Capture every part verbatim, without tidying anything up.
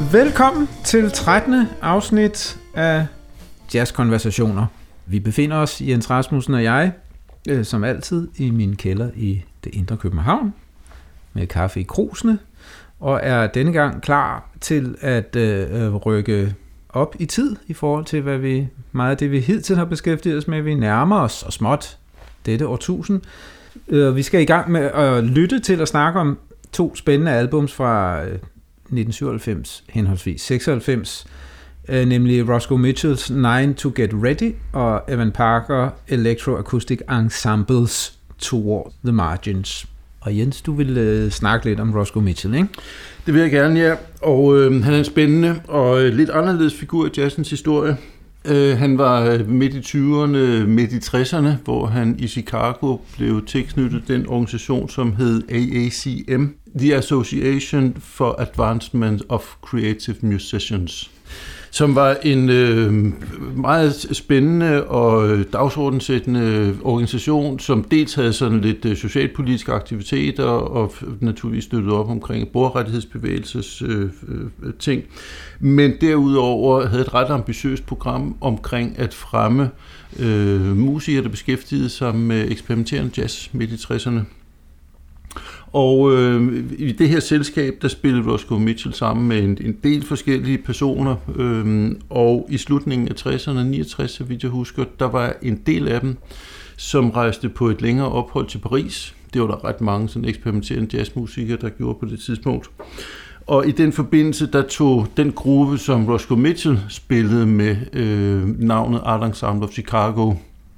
Velkommen til trettende afsnit af Jazzkonversationer. Vi befinder os, Jens Rasmussen og jeg, øh, som altid, i min kælder i det indre København, med kaffe i krusene, og er denne gang klar til at øh, rykke op i tid i forhold til, hvad vi meget af det, vi hidtil har beskæftiget os med. Vi nærmer os og småt dette årtusind. Øh, vi skal i gang med at lytte til at snakke om to spændende albums fra øh, nitten syvoghalvfems, henholdsvis seksoghalvfems, øh, nemlig Roscoe Mitchells Nine to Get Ready og Evan Parker Electroacoustic Ensembles Toward the Margins. Og Jens, du vil øh, snakke lidt om Roscoe Mitchell, ikke? Det vil jeg gerne, ja. Og øh, han er en spændende og øh, lidt anderledes figur i jazzens historie. Øh, han var midt i tyverne, midt i tresserne, hvor han i Chicago blev tilknyttet den organisation, som hed A A C M, The Association for Advancement of Creative Musicians, som var en øh, meget spændende og dagsordensættende organisation, som dels havde sådan lidt øh, socialpolitiske aktiviteter og naturligvis støttede op omkring borgerrettighedsbevægelses øh, øh, ting, men derudover havde et ret ambitiøst program omkring at fremme øh, musikere, der beskæftigede sig med eksperimenterende jazz midt i tresserne. Og øh, i det her selskab, der spillede Roscoe Mitchell sammen med en, en del forskellige personer, øh, og i slutningen af tresserne, niogtres, så vidt jeg husker, der var en del af dem, som rejste på et længere ophold til Paris. Det var der ret mange sådan eksperimenterende jazzmusikere, der gjorde på det tidspunkt. Og i den forbindelse, der tog den gruppe, som Roscoe Mitchell spillede med, øh, navnet Art Ensemble of Chicago,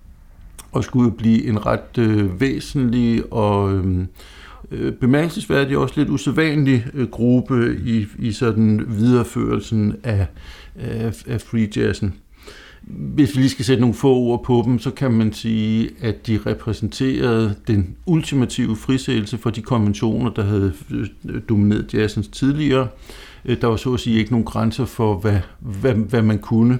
og skulle blive en ret øh, væsentlig og øh, bemærkelsesværdig også lidt usædvanlig øh, gruppe i, i sådan videreførelsen af, af, af free jazzen. Hvis vi lige skal sætte nogle få ord på dem, så kan man sige, at de repræsenterede den ultimative frisættelse for de konventioner, der havde domineret jazzens tidligere. Der var så at sige ikke nogen grænser for, hvad, hvad, hvad man kunne.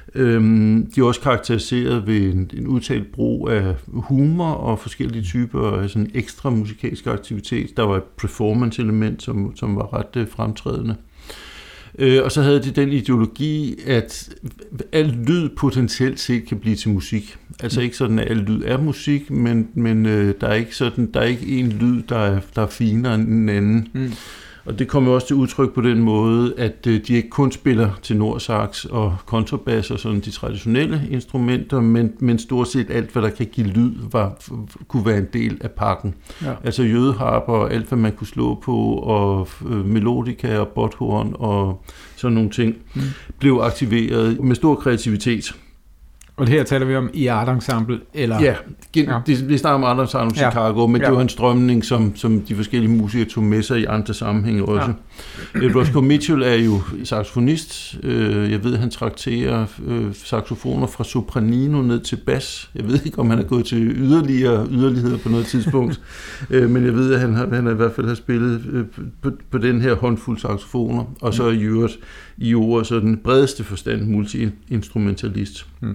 De er også karakteriseret ved en, en udtalt brug af humor og forskellige typer af sådan ekstra musikalsk aktivitet. Der var et performance-element, som, som var ret fremtrædende. Og så havde de den ideologi, at al lyd potentielt set kan blive til musik. Altså ikke sådan, at al lyd er musik, men, men der er ikke sådan, der er ikke en lyd, der er, der er finere end den anden. Mm. Og det kommer også til udtryk på den måde, at de ikke kun spiller til nordsax og kontrabas og sådan de traditionelle instrumenter, men, men stort set alt, hvad der kan give lyd, var, kunne være en del af pakken. Ja. Altså jødeharper og alt, hvad man kunne slå på, og melodika og botthorn og sådan nogle ting, mm. blev aktiveret med stor kreativitet. Og her taler vi om i Art Ensemble, eller? Ja, ja. Det, vi snakker om Art Ensemble ja. Chicago, men ja. Det var en strømning, som, som de forskellige musikere tog med sig i andre sammenhænge også. Ja. Roscoe Mitchell er jo saxofonist. Jeg ved, han trakterer saxofoner fra sopranino ned til bas. Jeg ved ikke, om han er gået til yderligere yderligheder på noget tidspunkt, men jeg ved, at han, har, han i hvert fald har spillet på, på den her håndfuld saxofoner, og så i øvrigt i ord så den bredeste forstand multi-instrumentalist. Hmm.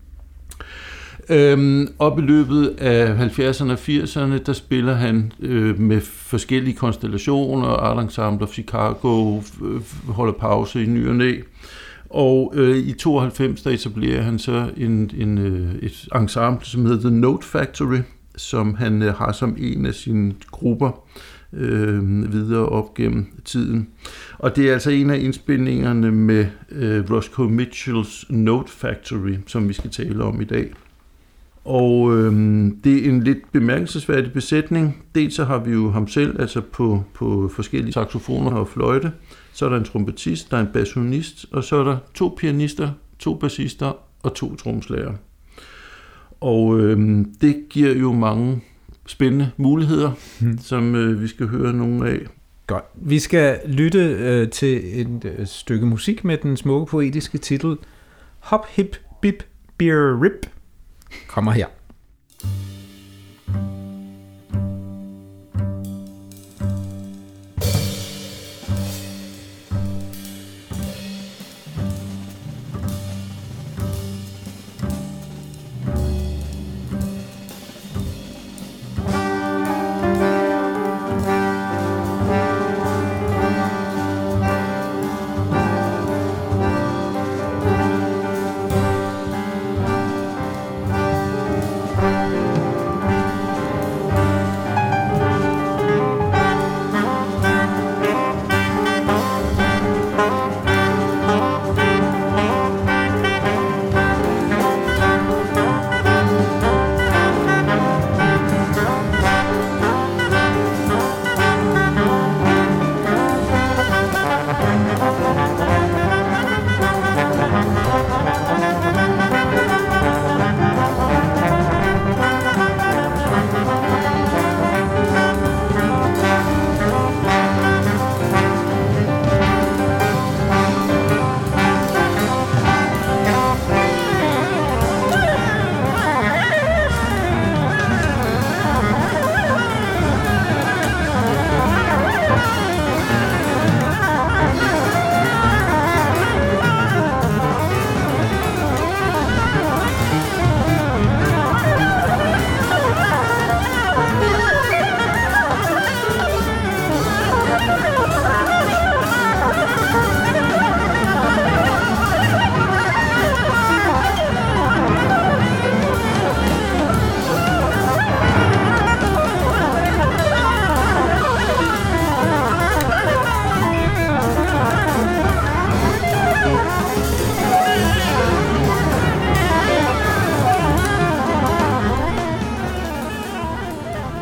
Øhm, op i løbet af halvfjerdserne og firserne, der spiller han øh, med forskellige konstellationer. Art Ensemble of Chicago øh, holder pause i ny og næ. Og øh, i tooghalvfems, der etablerer han så en, en, øh, et ensemble, som hedder The Note Factory, som han øh, har som en af sine grupper øh, videre op gennem tiden. Og det er altså en af indspilningerne med øh, Roscoe Mitchells Note Factory, som vi skal tale om i dag. Og øhm, det er en lidt bemærkelsesværdig besætning. Dels så har vi jo ham selv, altså på, på forskellige saxofoner og fløjte. Så er der en trompetist, der er en bassonist, og så er der to pianister, to bassister og to trommeslagere. Og øhm, det giver jo mange spændende muligheder, hmm. som øh, vi skal høre nogle af. Godt. Vi skal lytte øh, til et øh, stykke musik med den smukke poetiske titel Hop Hip Bip Beer Rip. Kommer her.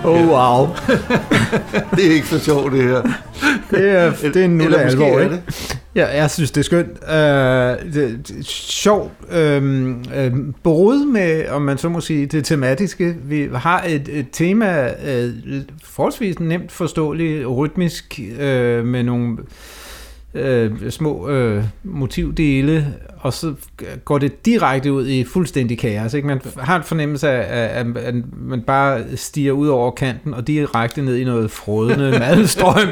Oh, wow. Det er ikke så sjovt, det her. Det er, det er en nulle alvor, ikke? Det. Ja, jeg synes, det er skønt. Uh, det, det, sjov uh, uh, brud med, om man så må sige, det tematiske. Vi har et, et tema, uh, forholdsvis nemt forståeligt, rytmisk, uh, med nogle uh, små uh, motivdele, og så går det direkte ud i fuldstændig kaos. Ikke? Man har en fornemmelse af, at, at man bare stiger ud over kanten og direkte ned i noget frådende madstrøm.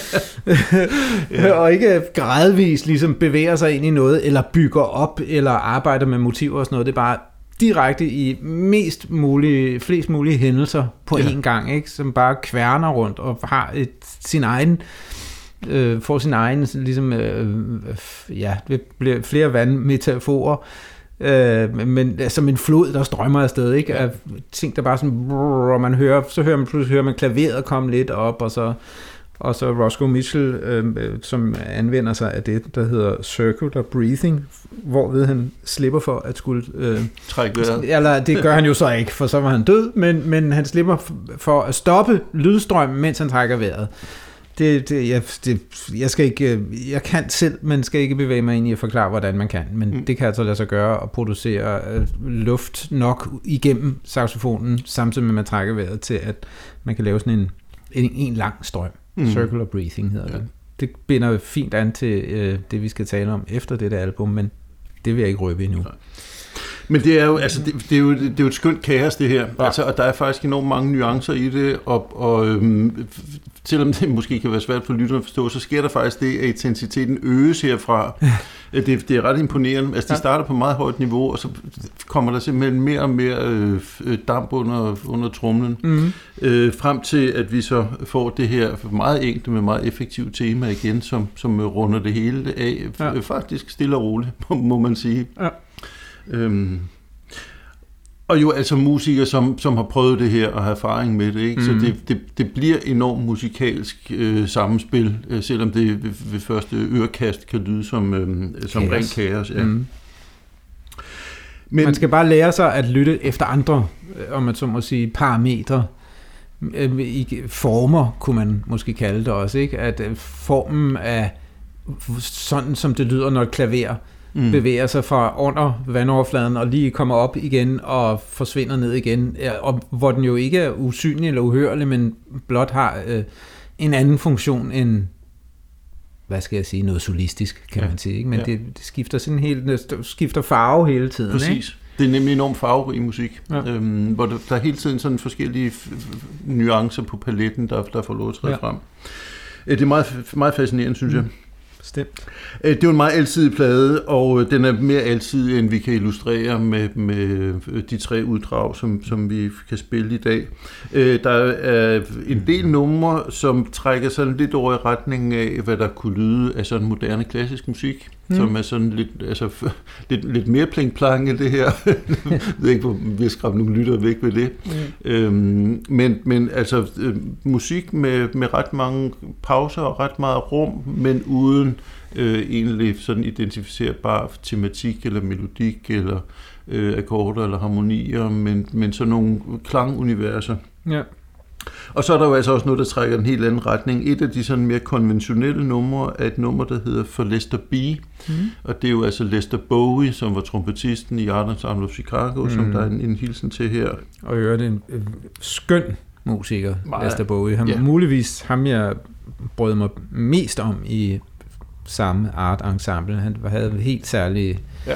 Ja. Og ikke gradvist ligesom bevæger sig ind i noget, eller bygger op, eller arbejder med motiver og sådan noget. Det er bare direkte i mest mulige, flest mulige hændelser på ja. én gang, ikke? Som bare kværner rundt og har et, sin egen Øh, får sin egen ligesom, øh, ja, det bliver flere vandmetaforer, øh, men som en flod, der strømmer afsted, ikke? Af ting, der bare sådan, brrr, man hører, så hører man pludselig hører man klaveret komme lidt op, og så og så Roscoe Mitchell, øh, som anvender sig af det, der hedder circular breathing, hvorved han slipper for at skulle øh, trække vejret. Eller det gør han jo så ikke, for så var han død, men, men han slipper for at stoppe lydstrømmen, mens han trækker vejret. Det, det, jeg, det, jeg skal ikke, jeg kan selv, men skal ikke bevæge mig ind i at forklare, hvordan man kan. Men mm. det kan altså lade sig gøre at producere luft nok igennem saxofonen, samtidig med at man trækker vejret til, at man kan lave sådan en, en, en lang strøm. Mm. Circular breathing hedder ja. det. Det binder fint an til øh, det, vi skal tale om efter dette album, men det vil jeg ikke røbe endnu. Nej. Men det er jo, altså, det, det er jo, det er jo et skønt kaos, det her. Ja. Altså, og der er faktisk enormt mange nuancer i det, og, og øhm, selvom det måske kan være svært for lytterne at forstå, så sker der faktisk det, at intensiteten øges herfra. det, det er ret imponerende. Altså, de starter på meget højt niveau, og så kommer der simpelthen mere og mere øh, damp under, under tromlen, mm-hmm. øh, frem til, at vi så får det her meget enkle, men meget effektive tema igen, som, som runder det hele af. Ja. Faktisk stille og roligt, må man sige. Ja. Øhm, og jo altså musikere, som, som har prøvet det her og har erfaring med det, ikke? Mm. Så det, det, det bliver enormt musikalsk øh, sammenspil, øh, selvom det ved, ved første ørekast kan lyde som, øh, som ren kaos. Ja. Mm. Men, man skal bare lære sig at lytte efter andre, om man så må sige, parametre, øh, i former, kunne man måske kalde det også, ikke? At øh, formen af sådan, som det lyder, når et klaver Mm. bevæger sig fra under vandoverfladen og lige kommer op igen og forsvinder ned igen, og hvor den jo ikke er usynlig eller uhørlig, men blot har øh, en anden funktion end, hvad skal jeg sige, noget solistisk, kan ja. man sige, ikke? Men ja. det, det skifter sådan helt, det skifter farve hele tiden. Præcis. Ikke? Det er nemlig enormt farverig musik, ja. øhm, hvor der, der er hele tiden sådan forskellige f- f- nuancer på paletten, der, der får lov at træde ja. frem. Det er meget, meget fascinerende, synes mm. jeg. Bestemt. Det er jo en meget alsidig plade, og den er mere alsidig, end vi kan illustrere med, med de tre uddrag, som, som vi kan spille i dag. Der er en del numre, som trækker sådan lidt over i retningen af, hvad der kunne lyde af sådan moderne klassisk musik, mm. som er sådan lidt, altså, lidt, lidt mere pling-plang end det her. Jeg ved ikke, hvor vi har skræmt nogle lyttere væk ved det. Mm. Øhm, men, men altså musik med, med ret mange pauser og ret meget rum, men uden Øh, egentlig sådan identificerbar tematik eller melodik eller øh, akkorder eller harmonier, men, men sådan nogle klanguniverser. Ja. Og så er der jo altså også noget, der trækker en helt anden retning. Et af de sådan mere konventionelle numre er et nummer, der hedder For Lester B. Mm. Og det er jo altså Lester Bowie, som var trompetisten i Art Ensemble of Chicago, mm. som der er en, en hilsen til her. Og jeg hørte en øh, skøn musiker, meget. Lester Bowie. Han, ja. Muligvis ham, jeg brød mig mest om i samme Art Ensemble. Han havde en helt særlig ja.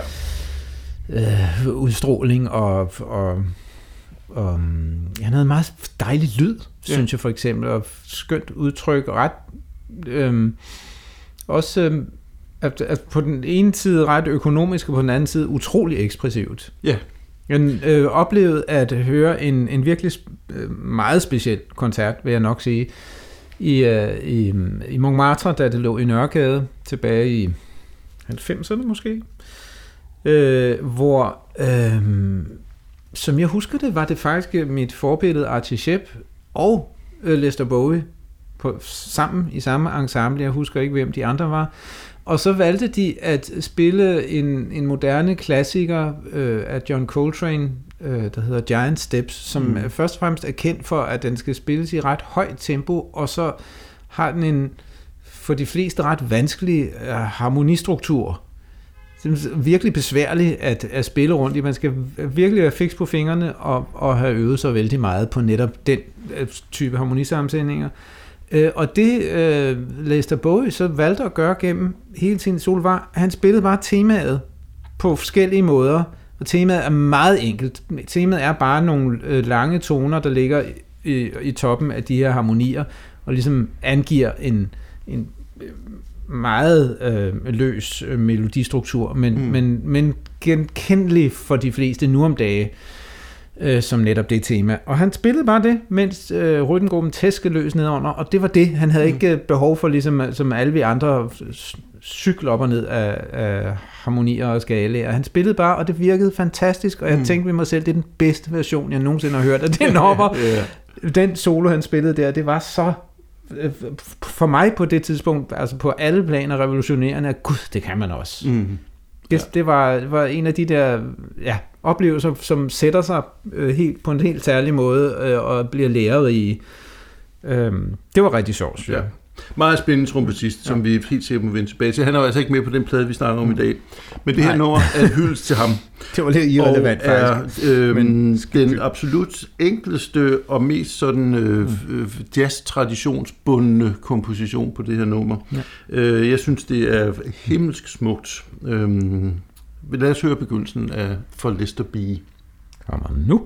øh, udstråling, og, og, og han havde en meget dejlig lyd, ja. synes jeg for eksempel, og skønt udtryk, ret øh, også øh, at, at på den ene side ret økonomisk, og på den anden side utrolig ekspressivt. Ja. Jeg øh, oplevede at høre en, en virkelig øh, meget speciel koncert, vil jeg nok sige, I, uh, i, i Montmartre, da det lå i Nørregade tilbage i halvfemserne måske, øh, hvor, øh, som jeg husker det, var det faktisk mit forbillede Archie Shepp og øh, Lester Bowie på, sammen i samme ensemble. Jeg husker ikke, hvem de andre var. Og så valgte de at spille en, en moderne klassiker øh, af John Coltrane, øh, der hedder Giant Steps, som mm. først og fremmest er kendt for, at den skal spilles i ret højt tempo, og så har den en for de fleste ret vanskelig øh, harmonistruktur. Det er virkelig besværligt at, at spille rundt i. Man skal virkelig være fiks på fingrene og, og have øvet sig vældig meget på netop den type harmonisammensætninger. Øh, og det øh, Lester Bowie så valgte at gøre gennem hele sin solo var, han spillede bare temaet på forskellige måder, og temaet er meget enkelt. Temaet er bare nogle øh, lange toner, der ligger i, i toppen af de her harmonier, og ligesom angiver en, en meget øh, løs øh, melodistruktur, men, mm. men, men genkendelig for de fleste nu om dage, øh, som netop det tema. Og han spillede bare det, mens øh, rytmegruppen tæskede løs nedenunder, og det var det. Han havde mm. ikke behov for, ligesom som alle vi andre, cykle op og ned af, af harmonier og skalaer. Han spillede bare, og det virkede fantastisk, og jeg mm. tænkte ved mig selv, det er den bedste version, jeg nogensinde har hørt af den opera. yeah. Den solo, han spillede der, det var så for mig på det tidspunkt, altså på alle planer revolutionerende, at gud, det kan man også. Mm. Det, ja. det var, var en af de der ja, oplevelser, som sætter sig øh, helt, på en helt særlig måde øh, og bliver lærerige. Øhm, det var rigtig sjovt. Ja. Meget spændende trompetist, som ja. vi helt sikkert må vende tilbage til. Han er jo altså ikke med på den plade, vi snakker om mm. i dag. Men det her nummer er en hyldest til ham. Det var lidt irrelevant, faktisk. Er, øh, Men den absolut enkleste og mest sådan øh, mm. jazz-traditionsbundne komposition på det her nummer. Ja. Øh, jeg synes, det er himmelsk smukt. Øh, lad os høre begyndelsen af For Lester B. Kommer nu.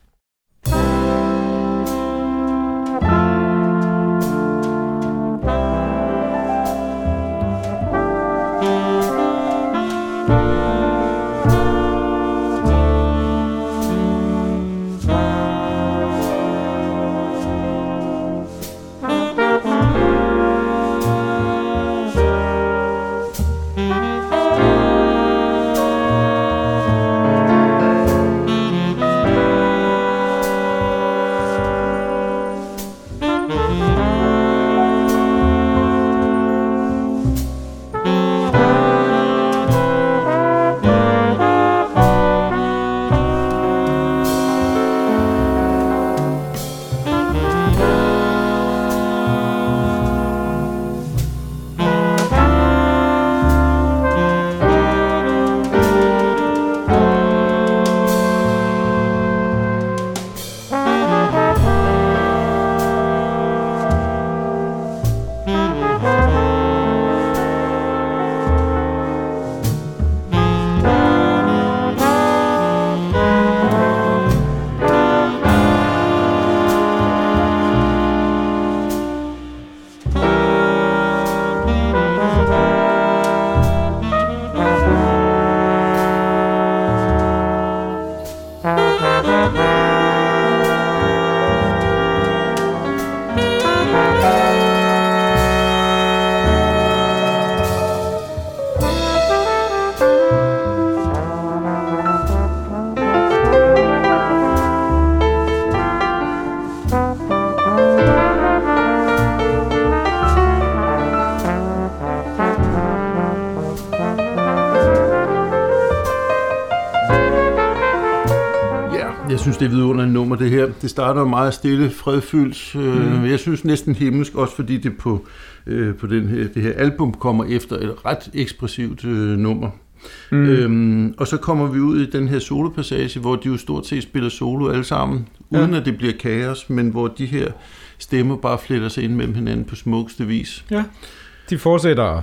Jeg synes, det er vidunderligt nummer, det her. Det starter meget stille, fredfyldt. Mm. Jeg synes næsten himmelsk, også fordi det på, øh, på den her, det her album kommer efter et ret ekspressivt øh, nummer. Mm. Øhm, og så kommer vi ud i den her solopassage, hvor de jo stort set spiller solo alle sammen, uden ja. at det bliver kaos, men hvor de her stemmer bare fletter sig ind mellem hinanden på smukste vis. Ja, de fortsætter,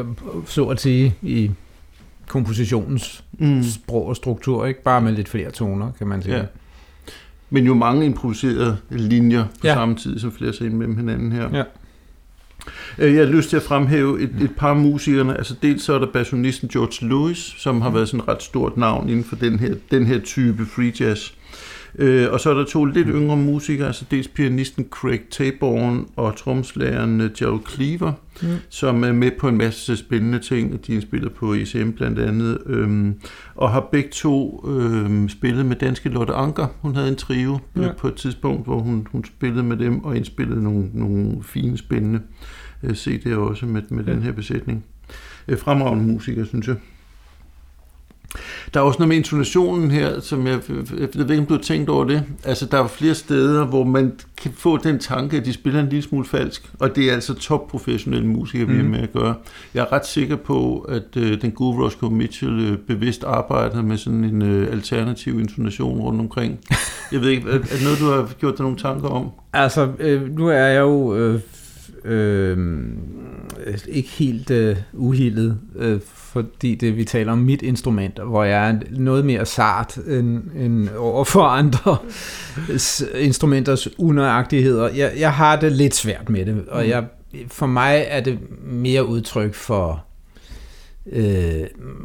så at sige, i kompositionens mm. sprog og struktur, ikke bare med lidt flere toner, kan man sige. Ja. Men jo mange improviserede linjer på ja. samme tid, som fletter sig ind mellem hinanden her. Ja. Jeg har lyst til at fremhæve et, et par musikerne. Altså dels så er der bassonisten George Lewis, som har været sådan et ret stort navn inden for den her, den her type free jazz. Øh, og så er der to lidt yngre musikere, altså dels pianisten Craig Taborn og tromslageren Gerald Cleaver, mm. som er med på en masse spændende ting. De spiller på E C M blandt andet, øhm, og har begge to øhm, spillet med danske Lotte Anker. Hun havde en trio ja. øh, på et tidspunkt, hvor hun, hun spillede med dem og indspillede nogle, nogle fine, spændende øh, C D'er også med, med ja. den her besætning. øh, fremragende musiker, synes jeg. Der er også noget med intonationen her, som jeg, jeg ved ikke, om du har tænkt over det. Altså, der er flere steder, hvor man kan få den tanke, at de spiller en lille smule falsk, og det er altså topprofessionelle musikere, vi er med at gøre. Jeg er ret sikker på, at øh, den gode Roscoe Mitchell øh, bevidst arbejder med sådan en øh, alternativ intonation rundt omkring. Jeg ved ikke, er, er det noget, du har gjort dig nogle tanker om? Altså, øh, nu er jeg jo øh, øh, ikke helt øh, uhildet, øh, fordi det, vi taler om mit instrument, hvor jeg er noget mere sart end, end over for andre instrumenters unøjagtigheder. Jeg, jeg har det lidt svært med det, og jeg, for mig er det mere udtryk for øh,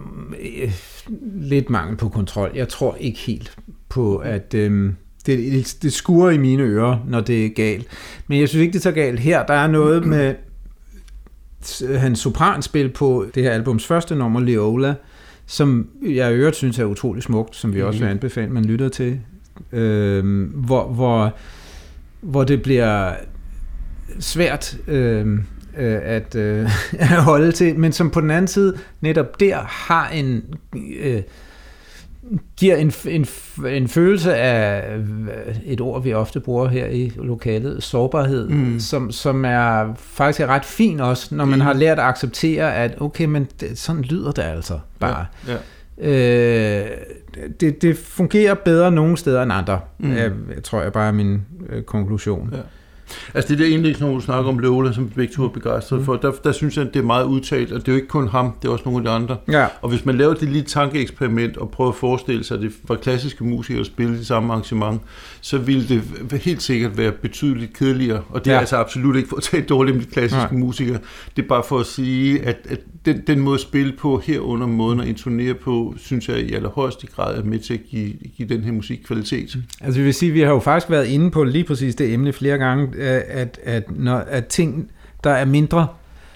lidt mangel på kontrol. Jeg tror ikke helt på, at øh, det, det skurer i mine ører, når det er galt. Men jeg synes ikke, det er så galt her. Der er noget med hans sopranspil på det her albums første nummer, Leola, som jeg i øvrigt synes er utrolig smukt, som vi også vil anbefale, man lytter til, øh, hvor, hvor, hvor det bliver svært øh, øh, at, øh, at holde til, men som på den anden side netop der har en øh, giver en, en, en følelse af et ord, vi ofte bruger her i lokalet, sårbarhed, mm. som, som er faktisk er ret fin også, når man mm. har lært at acceptere, at okay, men det, sådan lyder det altså bare. Ja, ja. Øh, det, det fungerer bedre nogle steder end andre, mm. jeg, jeg tror jeg bare er min øh, konklusion. Ja. Altså det der indlægsnummer, du snakker om Leola, som begge to er begejstret mm. for, der, der synes jeg, at det er meget udtalt, og det er jo ikke kun ham, det er også nogle af de andre. Ja. Og hvis man laver det lille tankeeksperiment og prøver at forestille sig, at det var klassiske musikere at spille det samme arrangement, så ville det helt sikkert være betydeligt kedeligere, og det ja. er altså absolut ikke for at tale dårligt med de klassiske ja. musikere. Det er bare for at sige, at, at den, den måde at spille på herunder måden at intonere på, synes jeg i allerhøjeste grad er med til at give, give den her musik kvalitet. Altså vi vil sige, vi har jo faktisk været inde på lige præcis det emne flere gange, at, at, når, at ting, der er mindre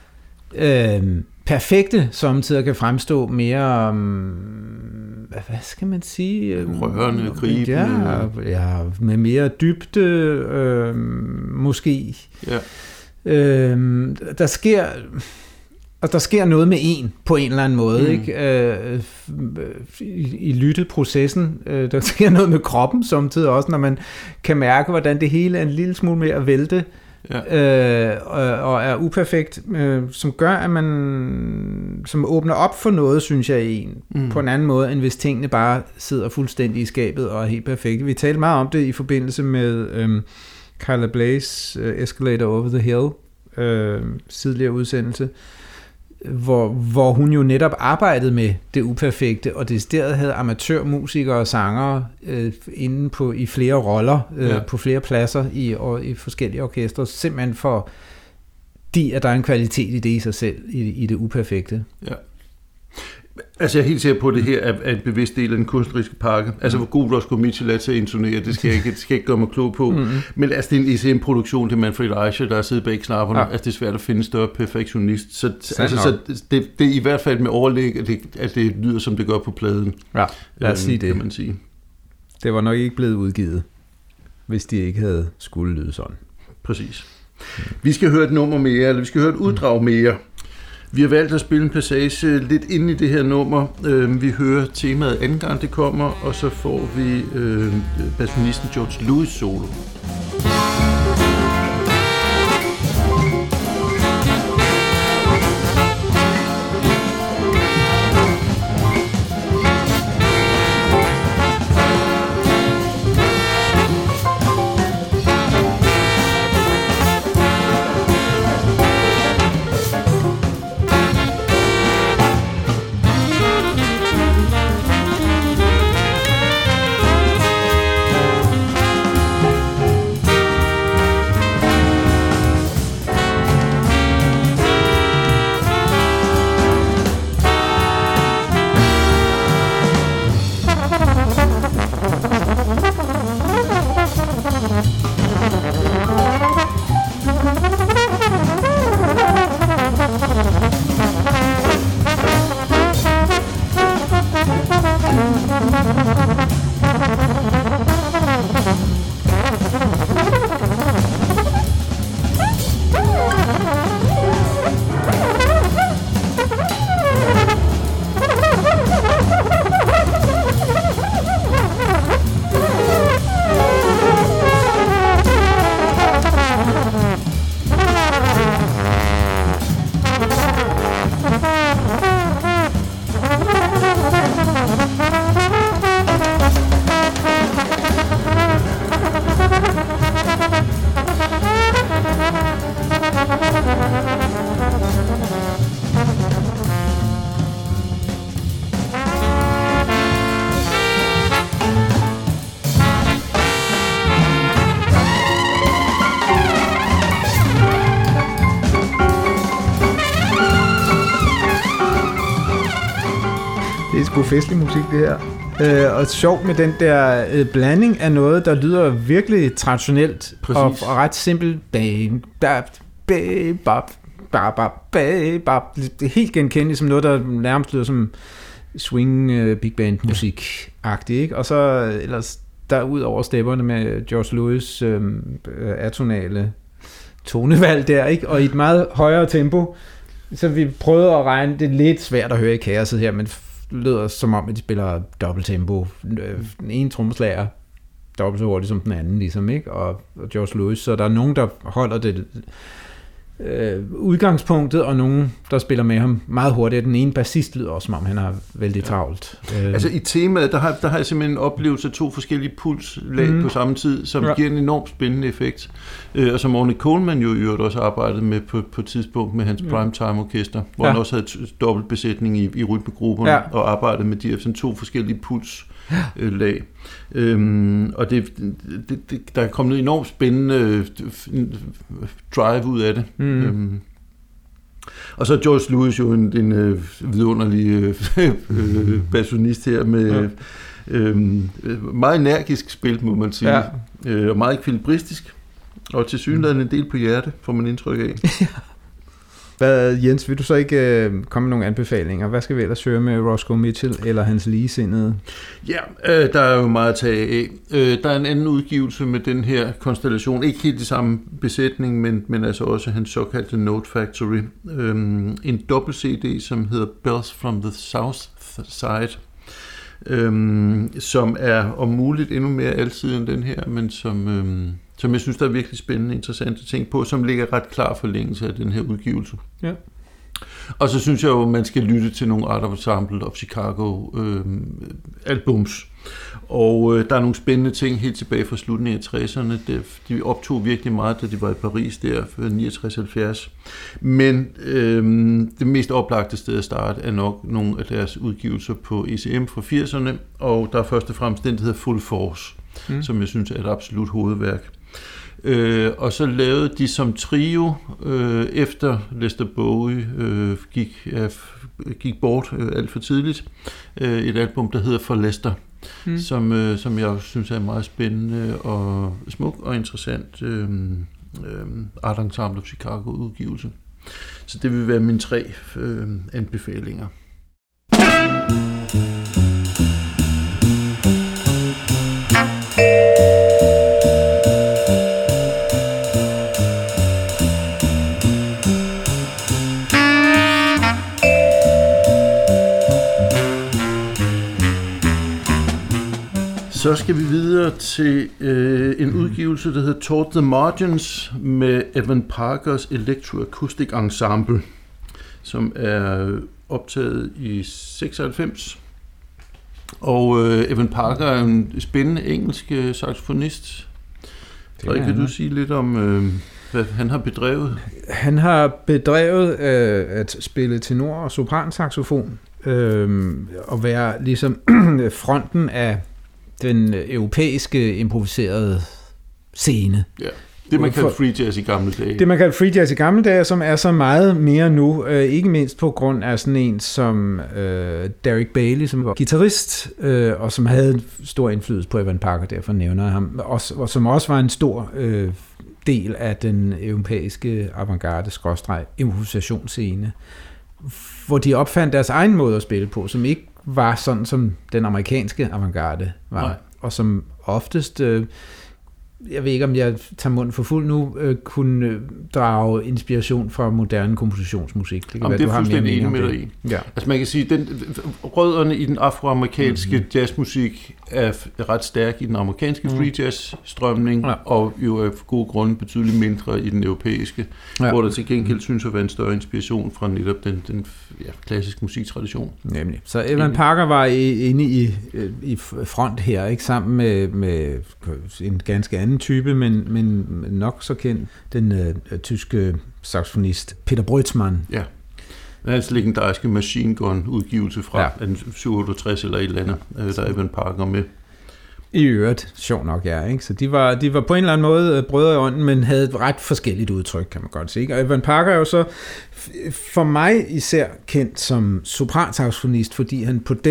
øh, perfekte, samtidig kan fremstå mere, um, hvad, hvad skal man sige? Rørende, gribende. Ja, ja, med mere dybde, øh, måske. Ja. Øh, der sker... Og der sker noget med en på en eller anden måde, mm. ikke? Øh, i, i lytteprocessen. Øh, der sker noget med kroppen samtidig også, når man kan mærke, hvordan det hele er en lille smule mere at vælte, ja. øh, og, og er uperfekt, øh, som gør, at man som åbner op for noget, synes jeg, i en, mm. på en anden måde, end hvis tingene bare sidder fuldstændig i skabet og er helt perfekte. Vi talte meget om det i forbindelse med øh, Kyla Blaze, uh, Escalator Over the Hill, øh, tidligere udsendelse, Hvor, hvor hun jo netop arbejdede med det uperfekte, og det stedet havde amatørmusikere og sangere øh, inde på, i flere roller, øh, ja. på flere pladser i, og, i forskellige orkestre, simpelthen for de, at der er en kvalitet i det i sig selv, i, i det uperfekte. Ja. Altså jeg er helt sikker på, at det her er en bevidst del af den kunstneriske pakke. Altså hvor god Roscoe Mitchell er til at intonere, det skal jeg ikke, det skal jeg ikke gøre mig klog på. Mm-hmm. Men altså det er en, en produktion til Manfred Eicher, der er siddet bag knapperne. Ja. Altså det er svært at finde en større perfektionist. Så, altså, så det, det er i hvert fald med overlæg, at det, at det lyder, som det gør på pladen. Ja, lad os sige det. Kan man sige. Det var nok ikke blevet udgivet, hvis de ikke havde skulle lyde sådan. Præcis. Vi skal høre et nummer mere, eller vi skal høre et uddrag mere. Vi har valgt at spille en passage lidt inde i det her nummer. Vi hører temaet anden gang det kommer, og så får vi øh, bassonisten George Lewis solo. sgu festlig musik, det her. Øh, og sjovt med den der øh, blanding af noget, der lyder virkelig traditionelt og, og ret simpelt. Bam, bap, bap, bap, bap, bap, bap. Det er helt genkendeligt som noget, der nærmest lyder som swing uh, big band musik-agtigt, ikke? Og så ellers derud over stepperne med George Lewis øh, atonale tonevalg der, ikke? Og i et meget højere tempo. Så vi prøvede at regne, det er lidt svært at høre i kaoset her, men det lyder som om, at de spiller dobbelt tempo. Den ene trommeslager dobbelt så hurtigt som den anden, ligesom, ikke? Og, og George Lewis, så der er nogen, der holder det øh, udgangspunktet, og nogen, der spiller med ham meget hurtigt. Den ene bassist lyder også, som om han har vældig travlt. Ja. Øh. Altså i temaet, der har, der har jeg simpelthen en oplevelse af to forskellige pulslag mm. på samme tid, som ja. giver en enormt spændende effekt. Øh, og som Ornette Coleman jo i øvrigt også arbejdede med på, på et tidspunkt med hans Primetime Orkester, hvor ja. han også havde dobbelt besætning i, i rytmegrupperne, ja. og arbejdede med de sådan to forskellige puls. Øh, lag. Øhm, og det, det, det, der er kommet noget enormt spændende drive ud af det. Mm. Øhm, og så er George Lewis jo en, en øh, vidunderlig øh, bassonist her med ja. øh, meget energisk spil, må man sige, ja. øh, og meget ekvilibristisk, og tilsyneladende en del på hjerte, får man indtryk af. Hvad, Jens, vil du så ikke øh, komme med nogle anbefalinger? Hvad skal vi ellers søge med Roscoe Mitchell eller hans ligesindede? Ja, øh, der er jo meget at tage af. Øh, der er en anden udgivelse med den her konstellation. Ikke helt i samme besætning, men, men altså også hans såkaldte Note Factory. Øh, en dobbelt C D, som hedder Bells from the South Side, øh, som er om muligt endnu mere altid end den her, men som... Øh, som jeg synes, der er virkelig spændende og interessante ting på, som ligger ret klar forlængelse af den her udgivelse. Ja. Og så synes jeg jo, at man skal lytte til nogle Art Ensemble of Chicago øh, albums. Og øh, der er nogle spændende ting helt tilbage fra slutningen af tresserne. De optog virkelig meget, da de var i Paris der for niogtres halvfjerds. Men øh, det mest oplagte sted at starte er nok nogle af deres udgivelser på E C M fra firserne, og der er først og fremmest den, der hedder Full Force, mm. som jeg synes er et absolut hovedværk. Øh, og så lavede de som trio, øh, efter Lester Bowie øh, gik, øh, gik bort øh, alt for tidligt, øh, et album, der hedder For Lester, mm. som, øh, som jeg synes er meget spændende og smuk og interessant øh, øh, Art Ensemble of Chicago udgivelse. Så det vil være mine tre øh, anbefalinger. Så skal vi videre til øh, en udgivelse, der hedder Toward the Margins med Evan Parkers Electroacoustic Ensemble, som er optaget i seksoghalvfems. Og øh, Evan Parker er en spændende engelsk saxofonist. Frederik, kan du sige lidt om, øh, hvad han har bedrevet? Han har bedrevet øh, at spille tenor- og sopransaxofon, øh, og være ligesom fronten af den europæiske improviserede scene. Ja, det man kaldte free jazz i gamle dage. Det man kaldte free jazz i gamle dage, som er så meget mere nu, øh, ikke mindst på grund af sådan en som øh, Derek Bailey, som var guitarist, øh, og som havde en stor indflydelse på Evan Parker, derfor nævner jeg ham, og, og som også var en stor øh, del af den europæiske avantgarde skråstreg improvisationsscene, hvor de opfandt deres egen måde at spille på, som ikke var sådan, som den amerikanske avantgarde var. Nej. Og som oftest, øh, jeg ved ikke, om jeg tager munden for fuld nu, øh, kunne øh, drage inspiration fra moderne kompositionsmusik. Det kan Jamen, være, det er du har fuldstændig enig med det. dig i. Ja. Altså man kan sige, den rødderne i den afroamerikanske mm-hmm. jazzmusik er ret stærk i den amerikanske mm. free jazz strømning, ja. og jo af gode grunde betydeligt mindre i den europæiske, ja. hvor der til gengæld mm. synes at være en større inspiration fra netop den, den ja, klassiske musiktradition. Nemlig. Så Evan Parker var inde i, i front her, ikke, sammen med, med en ganske anden type, men, men nok så kendt, den øh, tyske saxofonist Peter Brötzmann. Ja. Hans legendariske Machine Gun udgivelse fra ja. syvogtres eller et eller andet, øh, der er Evan Parker med. I øvrigt, sjov nok, ja, ikke? Så de var, de var på en eller anden måde brødre i ånden, men havde et ret forskelligt udtryk, kan man godt sige. Ikke? Og Evan Parker er jo så for mig især kendt som sopransaxofonist, fordi han på den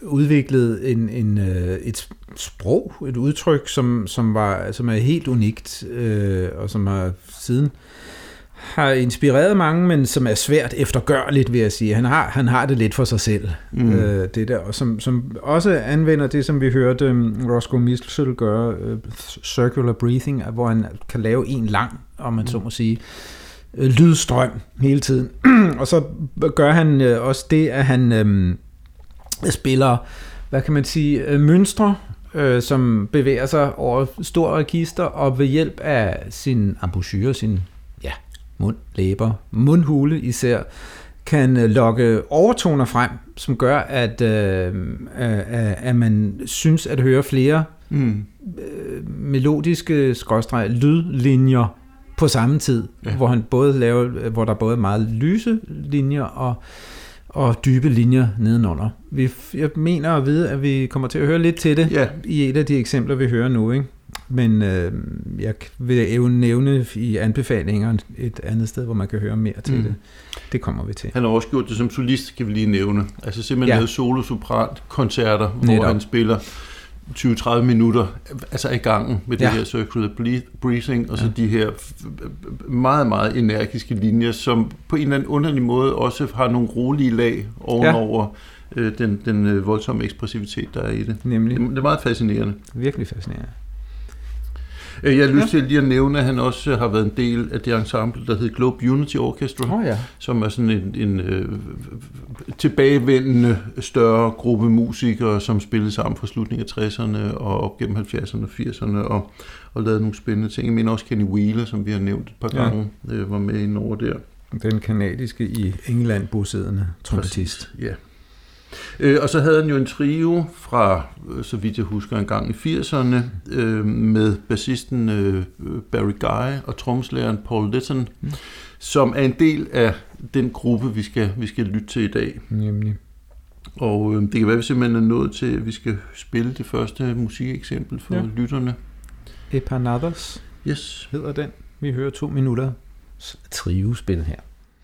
udviklet en, en, et sprog, et udtryk, som, som, var, som er helt unikt, øh, og som har siden har inspireret mange, men som er svært eftergørligt, vil jeg sige. Han har, han har det lidt for sig selv, mm. øh, det der, og som, som også anvender det, som vi hørte um, Roscoe Mitchell gøre, uh, circular breathing, hvor han kan lave en lang, om man mm. så må sige, øh, lydstrøm hele tiden. Og så gør han øh, også det, at han øh, spiller, hvad kan man sige, øh, mønstre, øh, som bevæger sig over store register, og ved hjælp af sin embouchure, sin ja, mund, læber, mundhule især, kan lokke overtoner frem, som gør, at, øh, at man synes at høre flere mm. øh, melodiske skråstreg lydlinjer på samme tid, ja. hvor han både laver, hvor der er både meget lyse linjer og og dybe linjer nedenunder. Vi, jeg mener at vide, at vi kommer til at høre lidt til det ja. i et af de eksempler, vi hører nu, ikke? Men øh, jeg vil nævne i anbefalinger et andet sted, hvor man kan høre mere til mm. det. Det kommer vi til. Han har også gjort det som solist, kan vi lige nævne. Altså simpelthen ja. lavet solo-sopran-koncerter, hvor han spiller tyve til tredive minutter altså i gangen med det ja. her circular breathing, og så ja. de her meget, meget energiske linjer, som på en eller anden underlig måde også har nogle rolige lag ovenover ja. øh, den, den voldsomme ekspressivitet, der er i det. Nemlig. Det, det er meget fascinerende. Virkelig fascinerende. Jeg har lyst ja. til lige at nævne, at han også har været en del af det ensemble, der hedder Globe Unity Orchestra, oh, ja. som er sådan en, en øh, tilbagevendende større gruppe musikere, som spillede sammen fra slutningen af tresserne og op gennem halvfjerdserne og firserne og, og lavede nogle spændende ting. Jeg mener også Kenny Wheeler, som vi har nævnt et par ja. gange, øh, var med ind over der. Den kanadiske i England bosiddende trompetist. Ja. Øh, og så havde han jo en trio fra, så vidt jeg husker, en gang i firserne, øh, med bassisten øh, Barry Guy og trommeslageren Paul Litton, mm. som er en del af den gruppe, vi skal, vi skal lytte til i dag. Nemlig. Og øh, det kan være, at vi simpelthen er nået til, at vi skal spille det første musikeksempel for ja. lytterne. Epanathos yes. hedder den. Vi hører to minutter trio-spil her.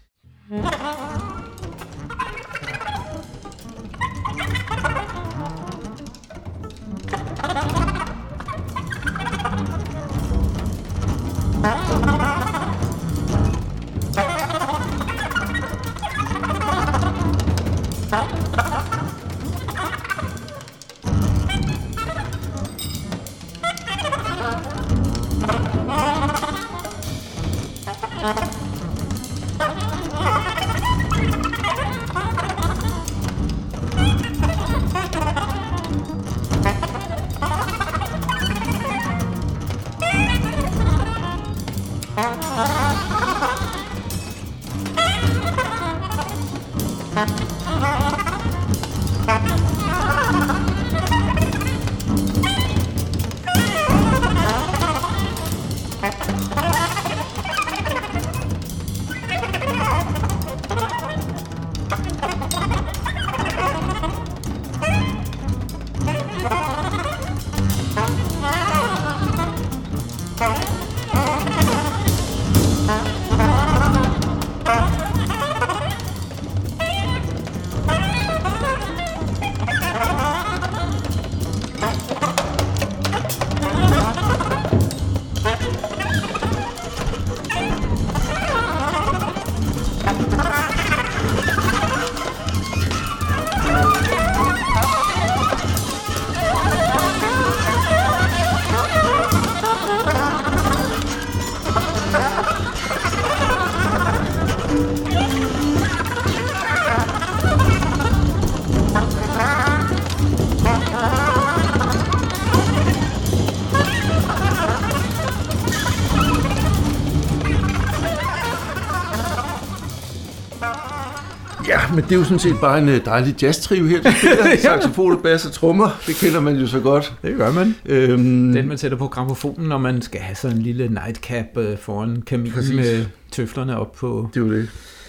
Men det er jo sådan set bare en dejlig jazz-trio her, der spiller ja. saxofon, bass og trommer. Det kender man jo så godt. Det gør man. Øhm, Den man sætter på grammofonen, når man skal have sådan en lille nightcap foran kaminen med tøflerne op på. Det er jo det.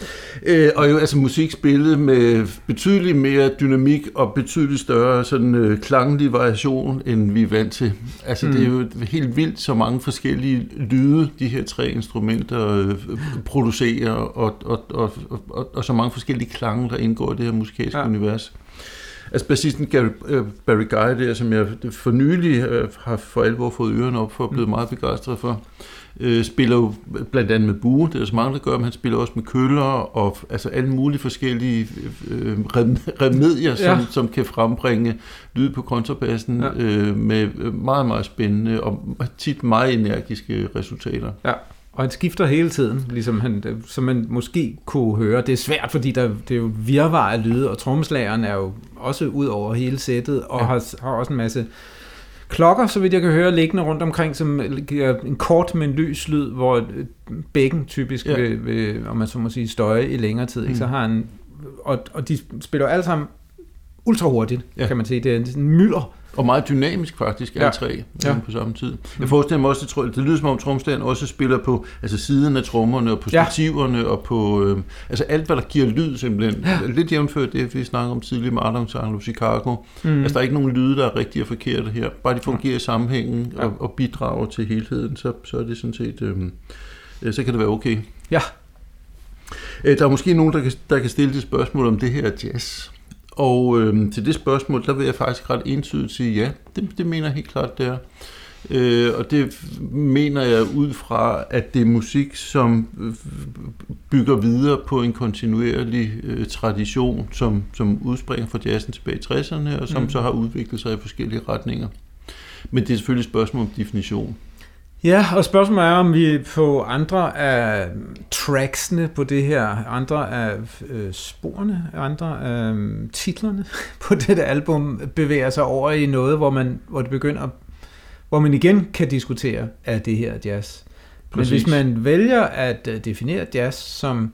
Øh, og jo altså musik spillet med betydeligt mere dynamik og betydeligt større sådan øh, klanglig variation, end vi er vant til. Altså mm. det er jo helt vildt, så mange forskellige lyde, de her tre instrumenter øh, producerer, og, og, og, og, og, og så mange forskellige klange, der indgår i det her musikalske ja. univers. Altså bassisten Gary, uh, Barry Guy der, som jeg for nylig uh, har for alvor fået ørerne op for, og blevet meget begejstret for, uh, spiller jo blandt andet med bue, det er så mange, der gør, men han spiller også med køller, og altså alle mulige forskellige uh, remedier, som, ja. som kan frembringe lyd på kontrabassen, ja. uh, med meget, meget spændende og tit meget energiske resultater. Ja. Og han skifter hele tiden, ligesom han, som man måske kunne høre. Det er svært, fordi der, det er jo virvar af lyde, og trommeslageren er jo også ud over hele sættet, og ja. har, har også en masse klokker, så vidt jeg kan høre, liggende rundt omkring, som giver en kort, men lys lyd, hvor bækken typisk ja. vil, vil, om man så må sige, støje i længere tid. Mm. Så har han, og, og de spiller alle sammen ultra hurtigt, ja. kan man sige. Det er en mylder. Og meget dynamisk faktisk, alle ja. tre ja. på samme tid. Jeg forestiller mig også, det, det lyder som om trommeslageren også spiller på altså siden af trommerne og på stativerne ja. og på øh, altså alt, hvad der giver lyd simpelthen. Ja. Lidt jævnført det, vi snakker om tidligere med Ardens Anglo Chicago. Mm. Altså der er ikke nogen lyde, der er rigtige og forkerte her. Bare de fungerer i sammenhængen ja. og, og bidrager til helheden, så, så er det sådan set, øh, så kan det være okay. Ja. Der er måske nogen, der kan, der kan stille det spørgsmål om det her jazz. Og øh, til det spørgsmål, der vil jeg faktisk ret entydigt sige ja. Det, det mener jeg helt klart, det er. Øh, og det mener jeg ud fra, at det er musik, som bygger videre på en kontinuerlig øh, tradition, som, som udspringer fra jazzen tilbage i tresserne, og som mm. så har udviklet sig i forskellige retninger. Men det er selvfølgelig et spørgsmål om definition. Ja, og spørgsmålet er, om vi på andre af tracksene på det her, andre af øh, sporene, andre af øh, titlerne på dette album bevæger sig over i noget, hvor man hvor det begynder, hvor man igen kan diskutere, er det her jazz. Præcis. Men hvis man vælger at uh, definere jazz som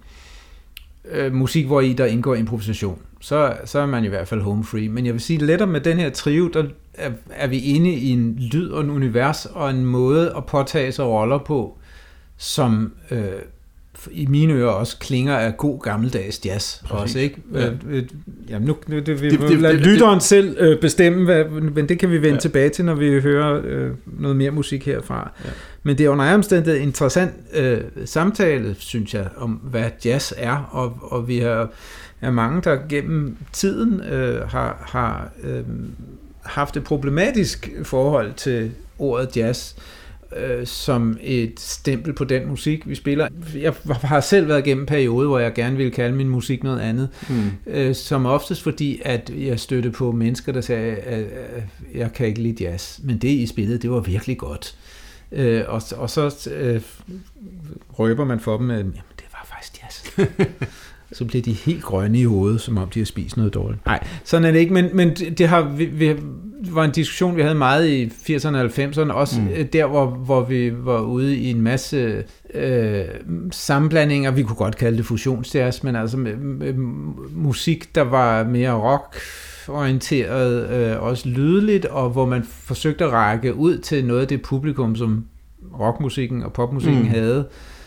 øh, musik, hvor i der indgår improvisation, så, så er man i hvert fald home free. Men jeg vil sige, lettere med den her trio, der er, er vi inde i en lyd og en univers og en måde at påtage sig roller på, som øh, i mine ører også klinger af god gammeldags jazz. Også, ikke? Ja. Øh, jamen nu, nu det, vi det, det, lade det, lytteren det, selv øh, bestemme, hvad, men det kan vi vende ja. tilbage til, når vi hører øh, noget mere musik herfra. Ja. Men det er under omstændighed en interessant øh, samtale, synes jeg, om hvad jazz er, og, og vi har er mange, der gennem tiden øh, har, har øh, haft et problematisk forhold til ordet jazz, øh, som et stempel på den musik, vi spiller. Jeg har selv været gennem en periode, hvor jeg gerne ville kalde min musik noget andet, mm. øh, som oftest fordi, at jeg stødte på mennesker, der sagde, at, at jeg kan ikke lide jazz, men det I spillede, det var virkelig godt. Øh, og, og så øh, røber man for dem, at jamen, det var faktisk jazz. Så bliver de helt grønne i hovedet, som om de har spist noget dårligt. Nej, sådan er det ikke, men, men det har, vi, vi, var en diskussion, vi havde meget i firserne og halvfemserne, også mm. der, hvor, hvor vi var ude i en masse øh, sammenblandinger, vi kunne godt kalde det fusionsjazz, men altså med, med musik, der var mere rock-orienteret, øh, også lydligt, og hvor man forsøgte at række ud til noget af det publikum, som rockmusikken og popmusikken mm. havde.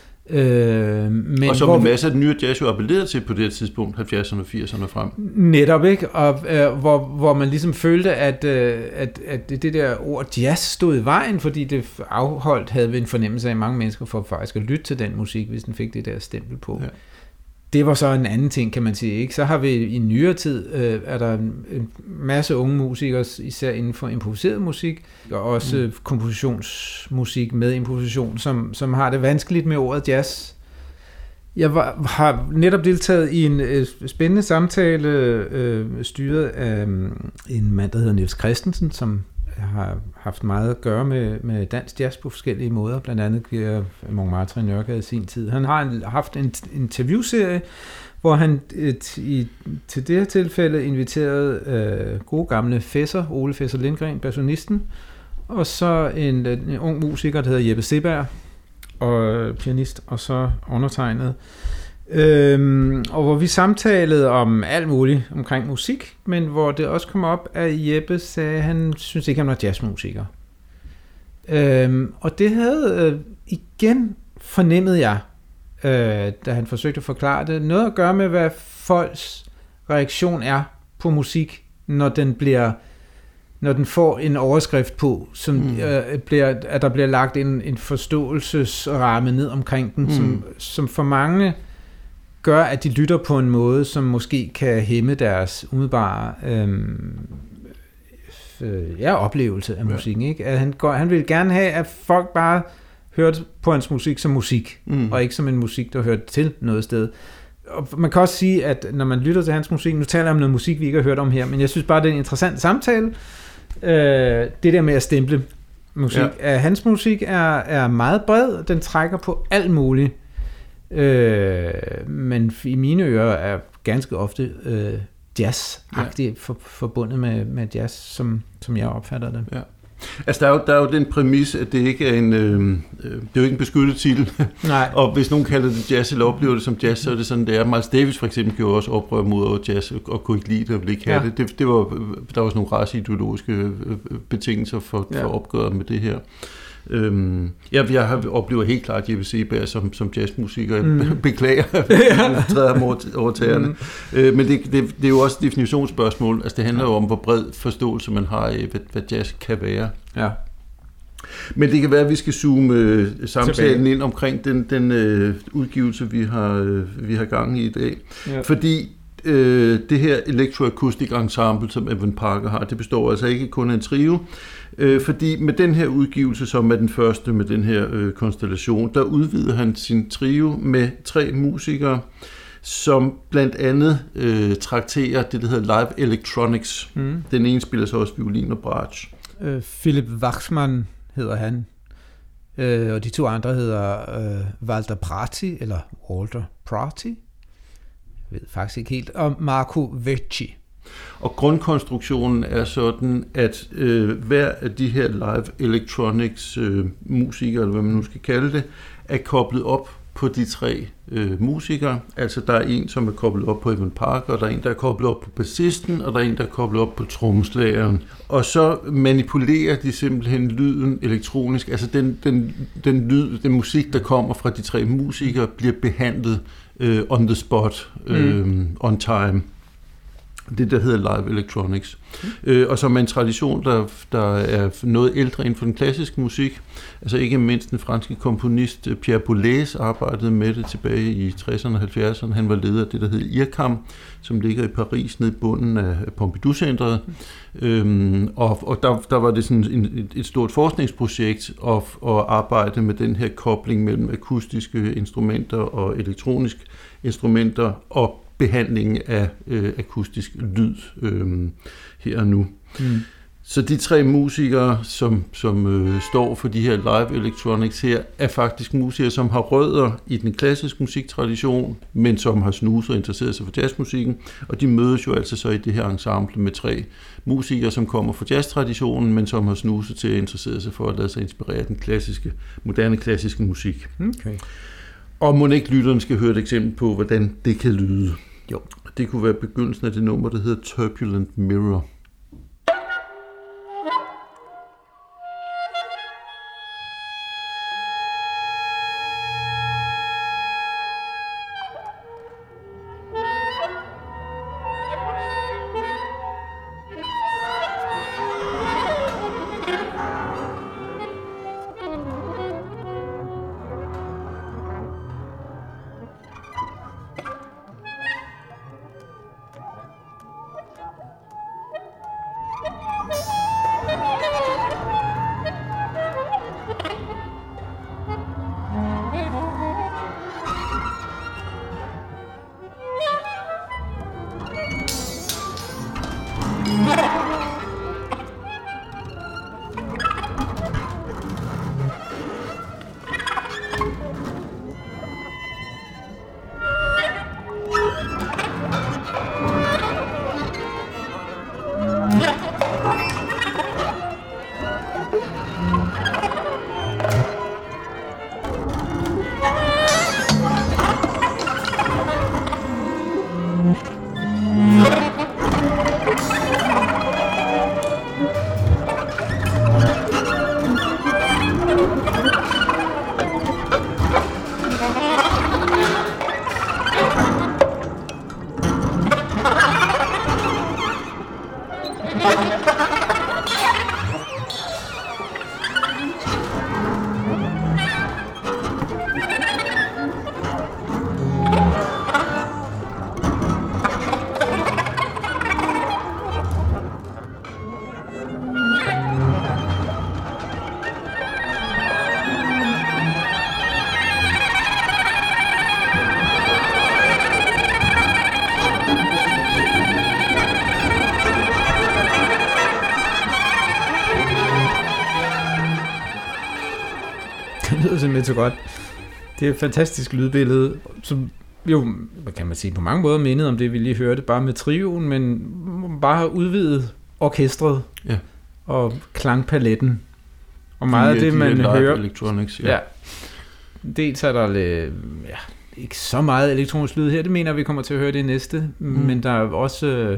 Øh, men og som hvor, en masse af den nye jazz jo appellerede til på det tidspunkt, halvfjerdserne og firserne frem. Netop, ikke? Og øh, hvor, hvor man ligesom følte, at, øh, at, at det der ord jazz stod i vejen, fordi det afholdt, havde vi en fornemmelse af mange mennesker for faktisk at lytte til den musik, hvis den fik det der stempel på. Ja. Det var så en anden ting, kan man sige, ikke? Så har vi i nyere tid, øh, er der en masse unge musikere, især inden for improviseret musik, og også mm. kompositionsmusik med improvisation, som, som har det vanskeligt med ordet jazz. Jeg var, har netop deltaget i en øh, spændende samtale, øh, styret af øh, en mand, der hedder Niels Christensen, som har haft meget at gøre med, med dansk jazz på forskellige måder, blandt andet Montmartre i Nørregade i sin tid. Han har en, haft en interviewserie, hvor han et, i, til det her tilfælde inviterede øh, gode gamle Fesser, Ole Fesser Lindgren, bassonisten, og så en, en ung musiker, der hedder Jeppe Seberg, og pianist, og så undertegnet. Øhm, og hvor vi samtalede om alt muligt omkring musik, men hvor det også kom op, at Jeppe sagde, at han synes ikke, han var jazzmusiker. Øhm, og det havde øh, igen fornemmet jeg, øh, da han forsøgte at forklare det, noget at gøre med, hvad folks reaktion er på musik, når den bliver når den får en overskrift på, som mm. øh, bliver, at der bliver lagt en, en forståelsesramme ned omkring den, mm. som, som for mange gør, at de lytter på en måde, som måske kan hæmme deres umiddelbare øhm, øh, ja, oplevelse af musikken. Ja. Ikke? At han, går, han vil gerne have, at folk bare hørte på hans musik som musik, mm. og ikke som en musik, der hørte til noget sted. Og man kan også sige, at når man lytter til hans musik, nu taler jeg om noget musik, vi ikke har hørt om her, men jeg synes bare, det er en interessant samtale. Øh, det der med at stemple musik. Ja. Hans musik er, er meget bred, den trækker på alt muligt. Øh, men i mine ører er ganske ofte øh, jazz-agtigt ja. for, forbundet med, med jazz, som, som jeg opfatter det. Ja. Altså, der er, jo, der er jo den præmis, at det ikke er en, øh, det er jo ikke en beskyttet titel. Nej. Og hvis nogen kalder det jazz, eller oplever det som jazz, så er det sådan, det er. Miles Davis for eksempel gjorde også oprør mod jazz, og kunne ikke lide det, og ville ikke have ja. det. det. Det var, der var sådan nogle raceideologiske betingelser for, ja. for opgøret med det her. Øhm, jeg, jeg har oplevet helt klart Jeppe Seberg som, som jazzmusiker. Jeg mm. beklager, at jeg træder ham over, over tæerne. Mm. Øh, men det, det, det er jo også et definitionsspørgsmål. Altså, det handler jo om, hvor bred forståelse man har af, hvad, hvad jazz kan være. Ja. Men det kan være, at vi skal zoome øh, samtalen Tilbage. ind omkring den, den øh, udgivelse, vi har, øh, vi har gang i i dag. Ja. Fordi øh, det her Electroacoustic Ensemble, som Evan Parker har, det består altså ikke kun af en trio. Øh, fordi med den her udgivelse, som er den første med den her øh, konstellation, der udvider han sin trio med tre musikere, som blandt andet øh, trakterer det, der hedder live electronics. Mm. Den ene spiller så også violin og bratsch. Øh, Philip Waxman hedder han, øh, og de to andre hedder øh, Walter Prati, eller Walter Prati, jeg ved faktisk ikke helt, og Marco Vecchi. Og grundkonstruktionen er sådan, at øh, hver af de her live electronics øh, musikere, eller hvad man nu skal kalde det, er koblet op på de tre øh, musikere. Altså der er en, som er koblet op på Evan Parker, der er en, der er koblet op på bassisten, og der er en, der er koblet op på trommeslageren. Og så manipulerer de simpelthen lyden elektronisk. Altså den, den, den lyd, den musik, der kommer fra de tre musikere, bliver behandlet øh, on the spot, øh, mm. on time. Det, der hedder live electronics. Mm. Øh, og som er en tradition, der, der er noget ældre inden for den klassiske musik. Altså ikke mindst den franske komponist Pierre Boulez arbejdede med det tilbage i tresserne og halvfjerdserne. Han var leder af det, der hedder I R C A M, som ligger i Paris nede i bunden af Pompidou-centret. Mm. Øhm, og og der, der var det sådan en, et stort forskningsprojekt at, at arbejde med den her kobling mellem akustiske instrumenter og elektroniske instrumenter og behandlingen af øh, akustisk lyd øh, her og nu. Mm. Så de tre musikere, som, som øh, står for de her live electronics her, er faktisk musikere, som har rødder i den klassiske musiktradition, men som har snuset og interesseret sig for jazzmusikken, og de mødes jo altså så i det her ensemble med tre musikere, som kommer fra jazztraditionen, men som har snuset til at interessere sig for at lade sig inspirere af den klassiske, moderne klassiske musik. Okay. Og må ikke lytteren skal høre et eksempel på, hvordan det kan lyde. Jo. Det kunne være begyndelsen af det nummer, der hedder Turbulent Mirror. Det lyder simpelthen så godt. Det er et fantastisk lydbillede, som jo, hvad kan man sige, på mange måder mindet om det, vi lige hørte, bare med trioen, men bare har udvidet orkestret ja. og klangpaletten. Og meget af det, man hører... Electronics, ja. ja. Dels er der ja, ikke så meget elektronisk lyd her, det mener vi kommer til at høre det næste, mm. men der er også...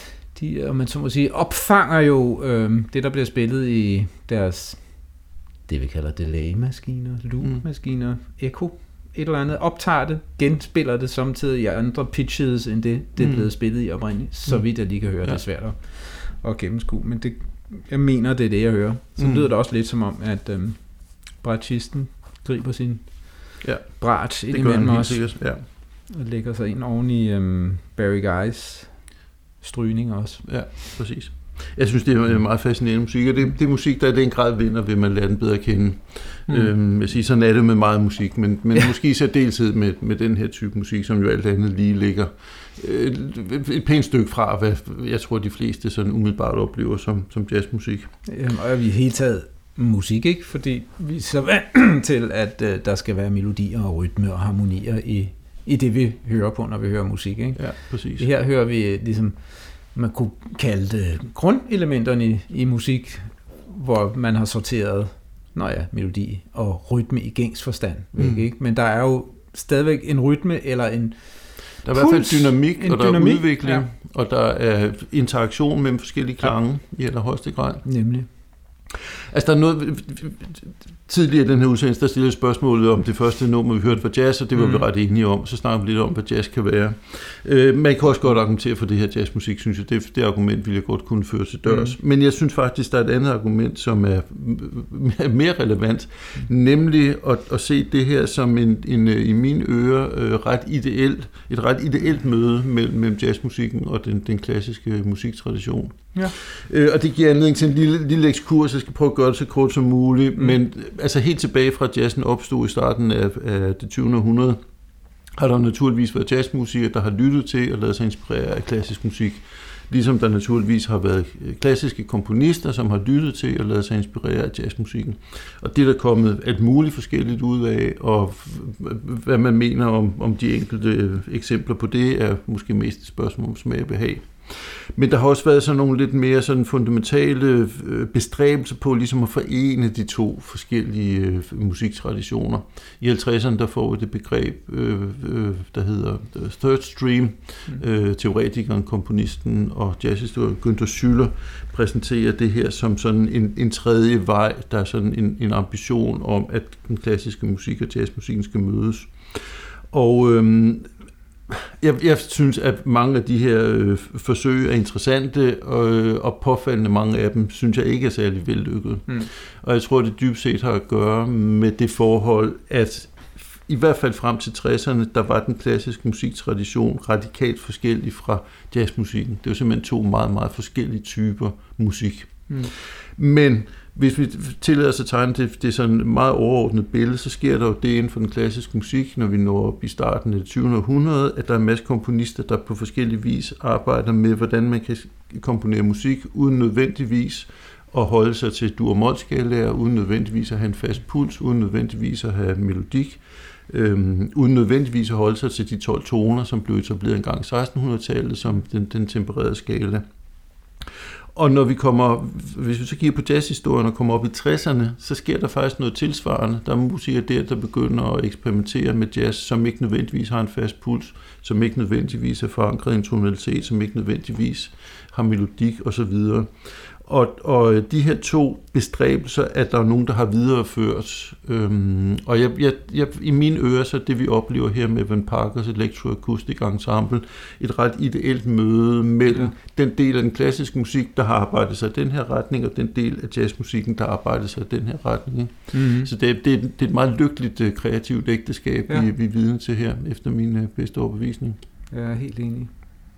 De, og man så må sige, opfanger jo øh, det, der bliver spillet i deres, det vi kalder delay-maskiner, loop-maskiner, mm. echo, et eller andet, optager det, genspiller det samtidig i andre pitches, end det, det er blevet mm. spillet i oprindeligt, så vidt jeg lige kan høre, ja. Det er svært at, at gennemskue, men det, jeg mener, det er det, jeg hører. Så mm. lyder det også lidt som om, at øh, bratschisten griber sin ja. brat indimellem også, ja. og lægger sig ind oven i øh, Barry Guys strygning også. Ja, præcis. Jeg synes, det er meget fascinerende musik, og det, det er musik, der i den grad vinder, vil man lære den bedre at kende. Mm. Øhm, jeg siger, sådan er det med meget musik, men, men ja. måske i særdeleshed med, med den her type musik, som jo alt andet lige ligger øh, et pænt stykke fra, hvad jeg tror, de fleste sådan umiddelbart oplever som, som jazzmusik. Jamen, og vi er helt taget musik, ikke? Fordi vi er så vant til, at øh, der skal være melodier og rytme og harmonier i i det, vi hører på, når vi hører musik. Ikke? Ja, præcis. Her hører vi ligesom, man kunne kalde det grundelementerne i, i musik, hvor man har sorteret, nå ja, melodi og rytme i gængs forstand. Mm. Ikke? Men der er jo stadigvæk en rytme eller en Der er i hvert fald dynamik, og der dynamik, er udvikling, ja. Og der er interaktion mellem forskellige klange ja. I allerhøjeste grad. Nemlig. Altså, der er noget... Tidligere i den her udsendelse, der stillede spørgsmålet om det første nummer, vi hørte fra jazz, og det var mm. vi ret enige om. Så snakker vi lidt om, hvad jazz kan være. Øh, man kan også godt argumentere for det her jazzmusik, synes jeg. Det, det argument ville jeg godt kunne føre til dørs. Mm. Men jeg synes faktisk, der er et andet argument, som er mere relevant, nemlig at, at se det her som en, en i mine ører øh, ret ideelt, et ret ideelt møde mellem, mellem jazzmusikken og den, den klassiske musiktradition. Ja. Øh, og det giver anledning til en lille, lille ekskurs, jeg skal prøve at gøre det så kort som muligt, mm. men altså helt tilbage fra jazzen opstod i starten af, af det tyvende århundrede, har der naturligvis været jazzmusikere, der har lyttet til og ladet sig inspirere af klassisk musik. Ligesom der naturligvis har været klassiske komponister, som har lyttet til og ladet sig inspirere af jazzmusikken. Og det er der kommet alt muligt forskelligt ud af, og hvad man mener om, om de enkelte eksempler på det, er måske mest et spørgsmål om smag og behag. Men der har også været sådan nogle lidt mere sådan fundamentale bestræbelser på ligesom at forene de to forskellige musiktraditioner. I halvtredserne der får vi det begreb, øh, øh, der hedder third stream. Øh, teoretikeren, komponisten og jazzhistorikeren Günther Schüller præsenterer det her som sådan en, en tredje vej. Der er sådan en, en ambition om, at den klassiske musik og jazzmusikken skal mødes. Og øh, Jeg, jeg synes, at mange af de her øh, forsøg er interessante, og, og påfaldende mange af dem, synes jeg ikke er særlig vellykket. Mm. Og jeg tror, det dybt set har at gøre med det forhold, at i hvert fald frem til tresserne, der var den klassiske musiktradition radikalt forskellig fra jazzmusikken. Det var simpelthen to meget, meget forskellige typer musik. Mm. Men hvis vi tillader os at tegne det, det er sådan et meget overordnet billede, så sker der jo det inden for den klassiske musik, når vi når op i starten af det tyvende århundrede, at der er en masse komponister, der på forskellige vis arbejder med, hvordan man kan komponere musik, uden nødvendigvis at holde sig til dur- og mol-skalaer, uden nødvendigvis at have en fast puls, uden nødvendigvis at have melodik, øhm, uden nødvendigvis at holde sig til de tolv toner, som blev etableret engang i sekstenhundredetallet, som den, den tempererede skala. Og når vi kommer, hvis vi så kigger på jazzhistorien og kommer op i tresserne, så sker der faktisk noget tilsvarende. Der er musikere der, der begynder at eksperimentere med jazz, som ikke nødvendigvis har en fast puls, som ikke nødvendigvis er forankret i en tonalitet, som ikke nødvendigvis har melodik osv. Og, og de her to bestræbelser, at der er nogen, der har videreført. Øhm, og jeg, jeg, jeg, i mine ører, så det vi oplever her med Van Parkers Electroacoustic Ensemble, et ret ideelt møde mellem ja. Den del af den klassiske musik, der har arbejdet sig i den her retning, og den del af jazzmusikken, der har arbejdet sig i den her retning. Mm-hmm. Så det, det, det er et meget lykkeligt kreativt ægteskab, ja. vi, vi er vidne til her, efter min bedste overbevisning. Jeg er helt enig.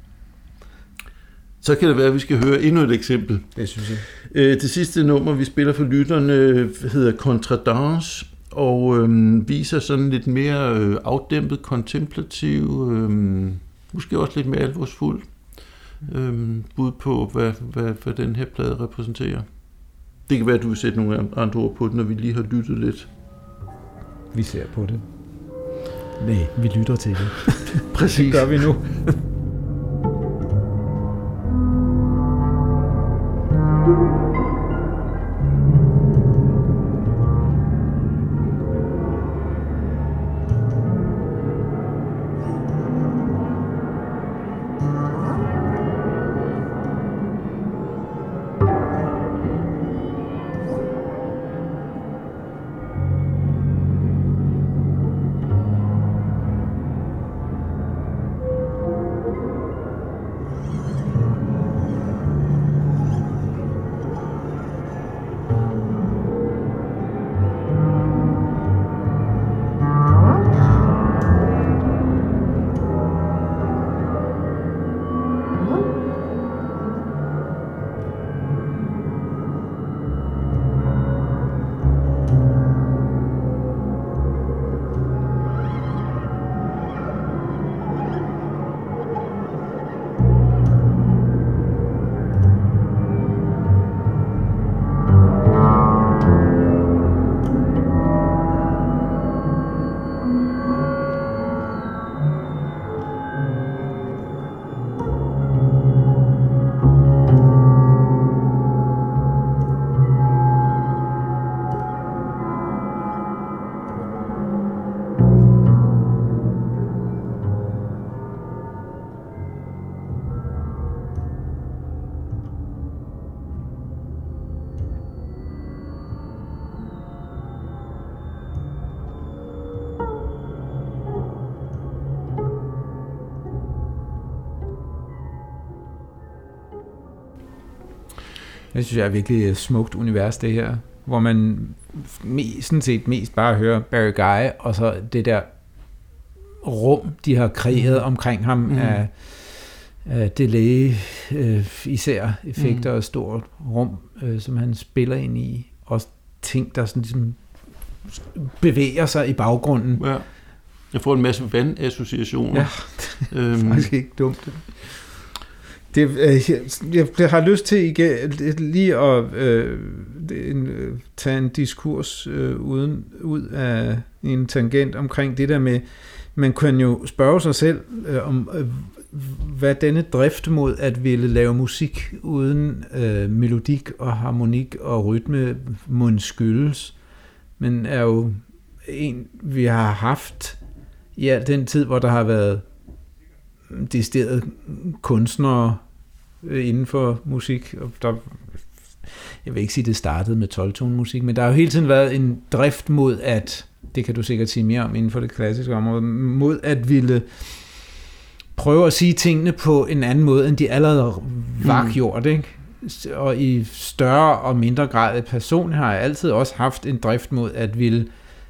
Så kan det være, at vi skal høre endnu et eksempel. Det synes jeg. Det sidste nummer, vi spiller for lytterne, hedder Contradance, og øhm, viser sådan lidt mere øh, afdæmpet, kontemplativ, øhm, måske også lidt mere alvorsfuld øhm, bud på, hvad, hvad, hvad den her plade repræsenterer. Det kan være, at du vil sætte nogle andre ord på det, når vi lige har lyttet lidt. vi ser på det. Nej, vi lytter til det. Præcis. Det gør vi nu. Jeg synes, det er virkelig et smukt univers, det her, hvor man mest, sådan set mest bare hører Barry Guy, og så det der rum, de har kreeret mm. omkring ham mm. af, af delay, øh, især effekter mm. og stort rum, øh, som han spiller ind i, og ting, der sådan ligesom bevæger sig i baggrunden. Ja. Jeg får en masse vandassociationer. Ja, det er faktisk ikke dumt. Det, øh, jeg har lyst til igen, lige at øh, en, tage en diskurs øh, uden, ud af en tangent omkring det der med, man kan jo spørge sig selv øh, om, øh, hvad denne drift mod at ville lave musik uden øh, melodik og harmonik og rytme må skyldes, men er jo en, vi har haft i al den tid, hvor der har været decideret kunstnere inden for musik. Og der, jeg vil ikke sige, det startede med tolv-tone musik, men der har jo hele tiden været en drift mod at, det kan du sikkert sige mere om inden for det klassiske område, mod at ville prøve at sige tingene på en anden måde, end de allerede var mm. gjort, ikke? Og i større og mindre grad person har jeg altid også haft en drift mod at ville,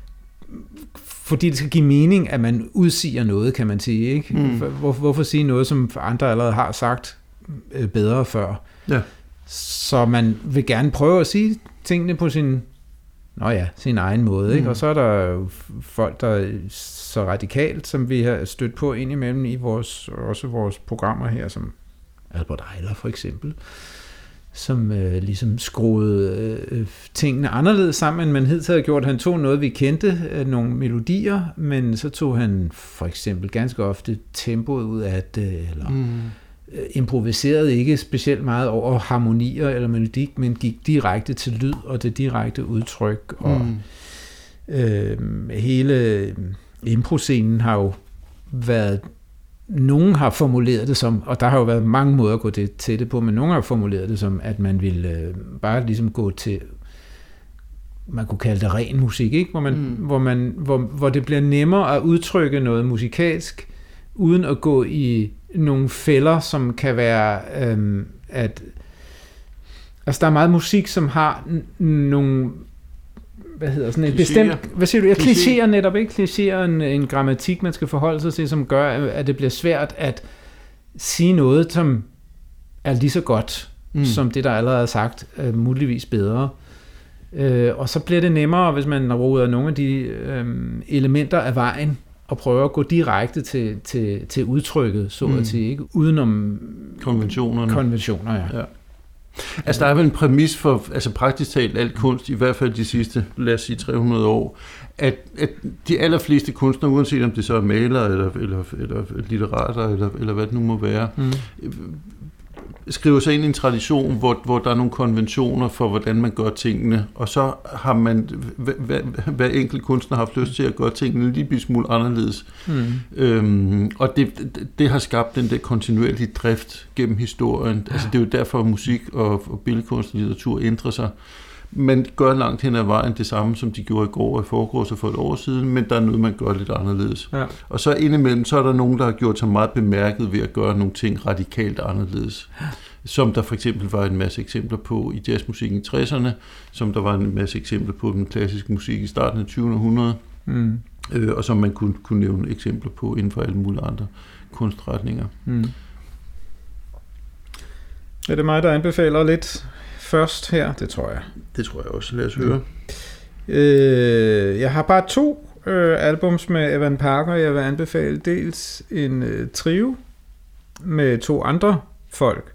fordi det skal give mening, at man udsiger noget, kan man sige, ikke? Mm. Hvor, hvorfor sige noget, som andre allerede har sagt øh, bedre før? Ja. Så man vil gerne prøve at sige tingene på sin, nå ja, sin egen måde, ikke? Mm. Og så er der jo folk, der er så radikalt, som vi har stødt på indimellem i vores, også vores programmer her, som Albert Eiler for eksempel, som øh, ligesom skruede øh, tingene anderledes sammen, end man hidtil havde gjort. Han tog noget, vi kendte, øh, nogle melodier, men så tog han for eksempel ganske ofte tempoet ud af det, eller mm. øh, improviserede ikke specielt meget over harmonier eller melodik, men gik direkte til lyd og det direkte udtryk. Mm. Og øh, hele improscenen har jo været, nogen har formuleret det som, og der har jo været mange måder at gå det, til det på, men nogen har formuleret det som, at man ville øh, bare ligesom gå til, man kunne kalde det ren musik, ikke? Hvor, man, mm. hvor, man, hvor, hvor det bliver nemmere at udtrykke noget musikalsk, uden at gå i nogle fælder, som kan være, øh, at altså der er meget musik, som har n- nogle hvad hedder sådan en bestemt, hvad siger du, jeg klichéer netop, ikke? Klichéer en, en grammatik, man skal forholde sig til, som gør, at det bliver svært at sige noget, som er lige så godt, mm. som det, der allerede er sagt, uh, muligvis bedre. Uh, og så bliver det nemmere, hvis man roder nogle af de um, elementer af vejen, og prøver at gå direkte til, til, til udtrykket, så mm. at sige, ikke? Udenom konventionerne. Konventioner, ja. ja. Altså, der er vel en præmis for, altså praktisk talt alt kunst, i hvert fald de sidste, lad os sige, tre hundrede år, at, at de allerfleste kunstnere, uanset om det så er malere, eller, eller, eller litterater, eller, eller hvad det nu må være, mm. skriver sig ind i en tradition, hvor, hvor der er nogle konventioner for, hvordan man gør tingene, og så har man, hver, hver enkelt kunstner har haft lyst til at gøre tingene en lille smule anderledes. Mm. Øhm, og det, det har skabt den der kontinuerlige drift gennem historien. Altså, det er jo derfor, at musik og, og billedkunst og litteratur ændrer sig. Man gør langt hen ad vejen det samme, som de gjorde i går og i forgårs og for et år siden, men der er noget, man gør lidt anderledes. Ja. Og så indimellem, så er der nogen, der har gjort sig meget bemærket ved at gøre nogle ting radikalt anderledes. Som der for eksempel var en masse eksempler på i jazzmusikken i tresserne, som der var en masse eksempler på den klassiske musik i starten af tyvende århundrede, mm. øh, og som man kunne, kunne nævne eksempler på inden for alle mulige andre kunstretninger. Mm. Er det mig, der anbefaler lidt først her? Det tror jeg. Det tror jeg også. Lad os høre. Mm. Øh, jeg har bare to øh, albums med Evan Parker. Jeg vil anbefale dels en øh, trio med to andre folk.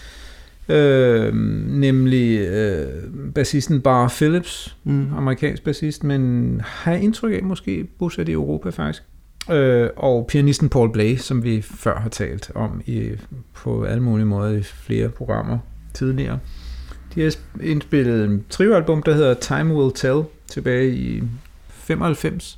Øh, nemlig øh, bassisten Bar Phillips, mm. amerikansk bassist, men har jeg indtryk af måske bosat i Europa faktisk. Øh, og pianisten Paul Bley, som vi før har talt om i, på alle mulige måder i flere programmer tidligere. De har indspillet en trioalbum, der hedder Time Will Tell, tilbage i femoghalvfems,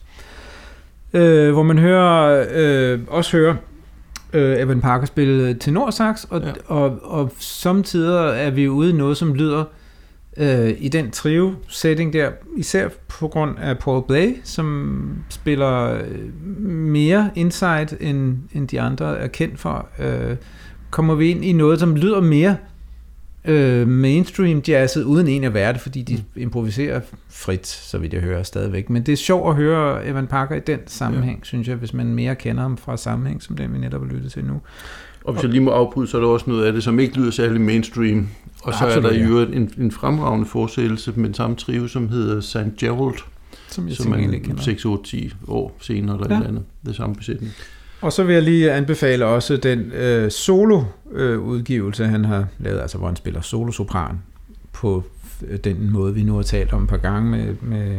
øh, hvor man hører, øh, også hører øh, Evan Parker spille tenorsax, og, ja. og, og samtidig er vi ude i noget, som lyder øh, i den trio-setting der, især på grund af Paul Bley, som spiller mere insight, end, end de andre er kendt for, øh, kommer vi ind i noget, som lyder mere Øh, mainstream jazzet, uden en at være det, fordi de improviserer frit, så vidt jeg hører stadigvæk. Men det er sjovt at høre Evan Parker i den sammenhæng, ja. Synes jeg, hvis man mere kender ham fra sammenhæng, som den vi netop har lyttet til nu. Og hvis jeg lige må afbryde, så er der også noget af det, som ikke lyder særlig mainstream. Og så absolut, er der i øvrigt ja. en, en fremragende forsættelse med den samme trio, som hedder Saint Gerald, som, jeg som er seks otte ti år senere, eller ja. et eller andet. Det samme besætning. Og så vil jeg lige anbefale også den øh, solo-udgivelse, øh, han har lavet, altså hvor han spiller solosopran på den måde, vi nu har talt om et par gange med, med,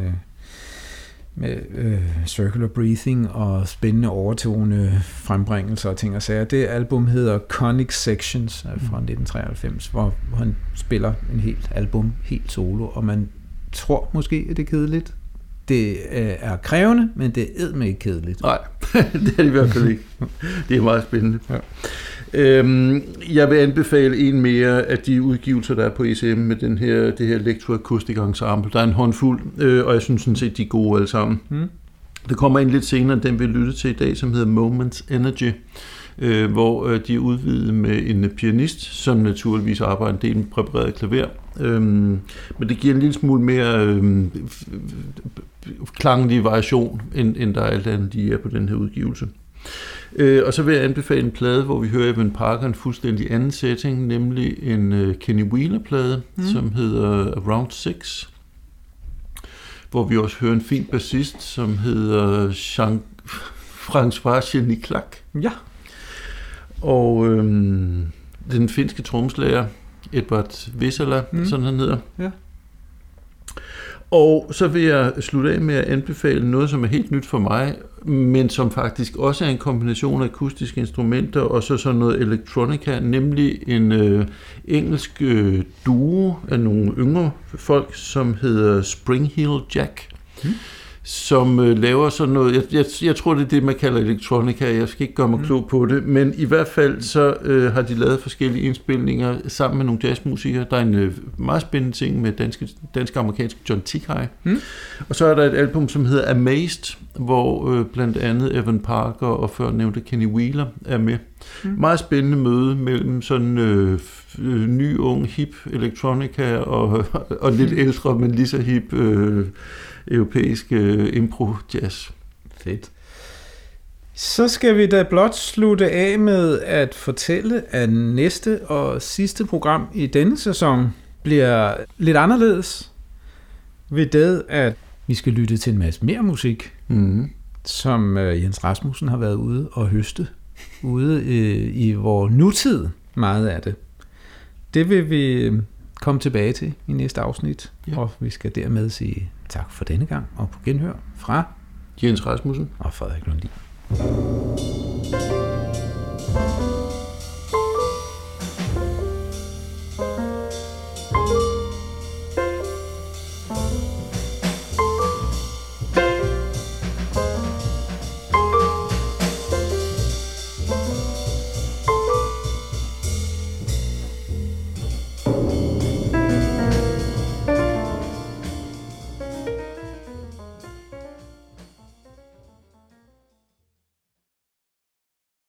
med øh, circular breathing og spændende overtone frembringelser og ting og sager. Det album hedder Conic Sections fra nitten treoghalvfems, hvor, hvor han spiller en helt album helt solo, og man tror måske, at det er kedeligt. Det er krævende, men det er edme ikke kedeligt. Nej, det er det i hvert fald ikke. Det er meget spændende. Ja. Øhm, jeg vil anbefale en mere af de udgivelser, der er på E C M med den her, det her Electroacoustic Ensemble. Der er en håndfuld, øh, og jeg synes sådan set, de er gode alle sammen. Mm. Der kommer en lidt senere, den vi lytte til i dag, som hedder Moments Energy, øh, hvor øh, de er udvidet med en pianist, som naturligvis arbejder en del med præpareret klaver. Øhm, men det giver en lille smule mere øhm, klanglig variation, end, end der alt andet lige er på den her udgivelse. Øh, og så vil jeg anbefale en plade, hvor vi hører Evan Parker en fuldstændig anden setting, nemlig en uh, Kenny Wheeler-plade, mm. som hedder Around Six, hvor vi også hører en fin bassist, som hedder Jean François Geniclac. Ja. Og øhm, den finske trommeslager Edvard Vesala, mm. sådan han hedder. Ja. Og så vil jeg slutte af med at anbefale noget, som er helt nyt for mig, men som faktisk også er en kombination af akustiske instrumenter og så sådan noget elektronika, nemlig en øh, engelsk øh, duo af nogle yngre folk, som hedder Spring Heel Jack. Mm. Som øh, laver sådan noget, jeg, jeg, jeg tror det er det, man kalder elektronika, jeg skal ikke gøre mig mm. klog på det, men i hvert fald så øh, har de lavet forskellige indspilninger sammen med nogle jazzmusikere. Der er en øh, meget spændende ting med danske, dansk-amerikanske John Tichai. Mm. Og så er der et album, som hedder Amazed, hvor øh, blandt andet Evan Parker og før nævnte Kenny Wheeler er med. Mm. Meget spændende møde mellem sådan øh, øh, ny, ung, hip elektronika og, og lidt ældre, men lige så hip øh, europæisk øh, impro-jazz. Fedt. Så skal vi da blot slutte af med at fortælle, at næste og sidste program i denne sæson bliver lidt anderledes. Ved det, at vi skal lytte til en masse mere musik, mm. som øh, Jens Rasmussen har været ude og høste. Ude øh, i vores nutid, meget af det. Det vil vi komme tilbage til i næste afsnit. Ja. Og vi skal dermed sige tak for denne gang, og på genhør fra Jens Rasmussen og Frederik Lundin.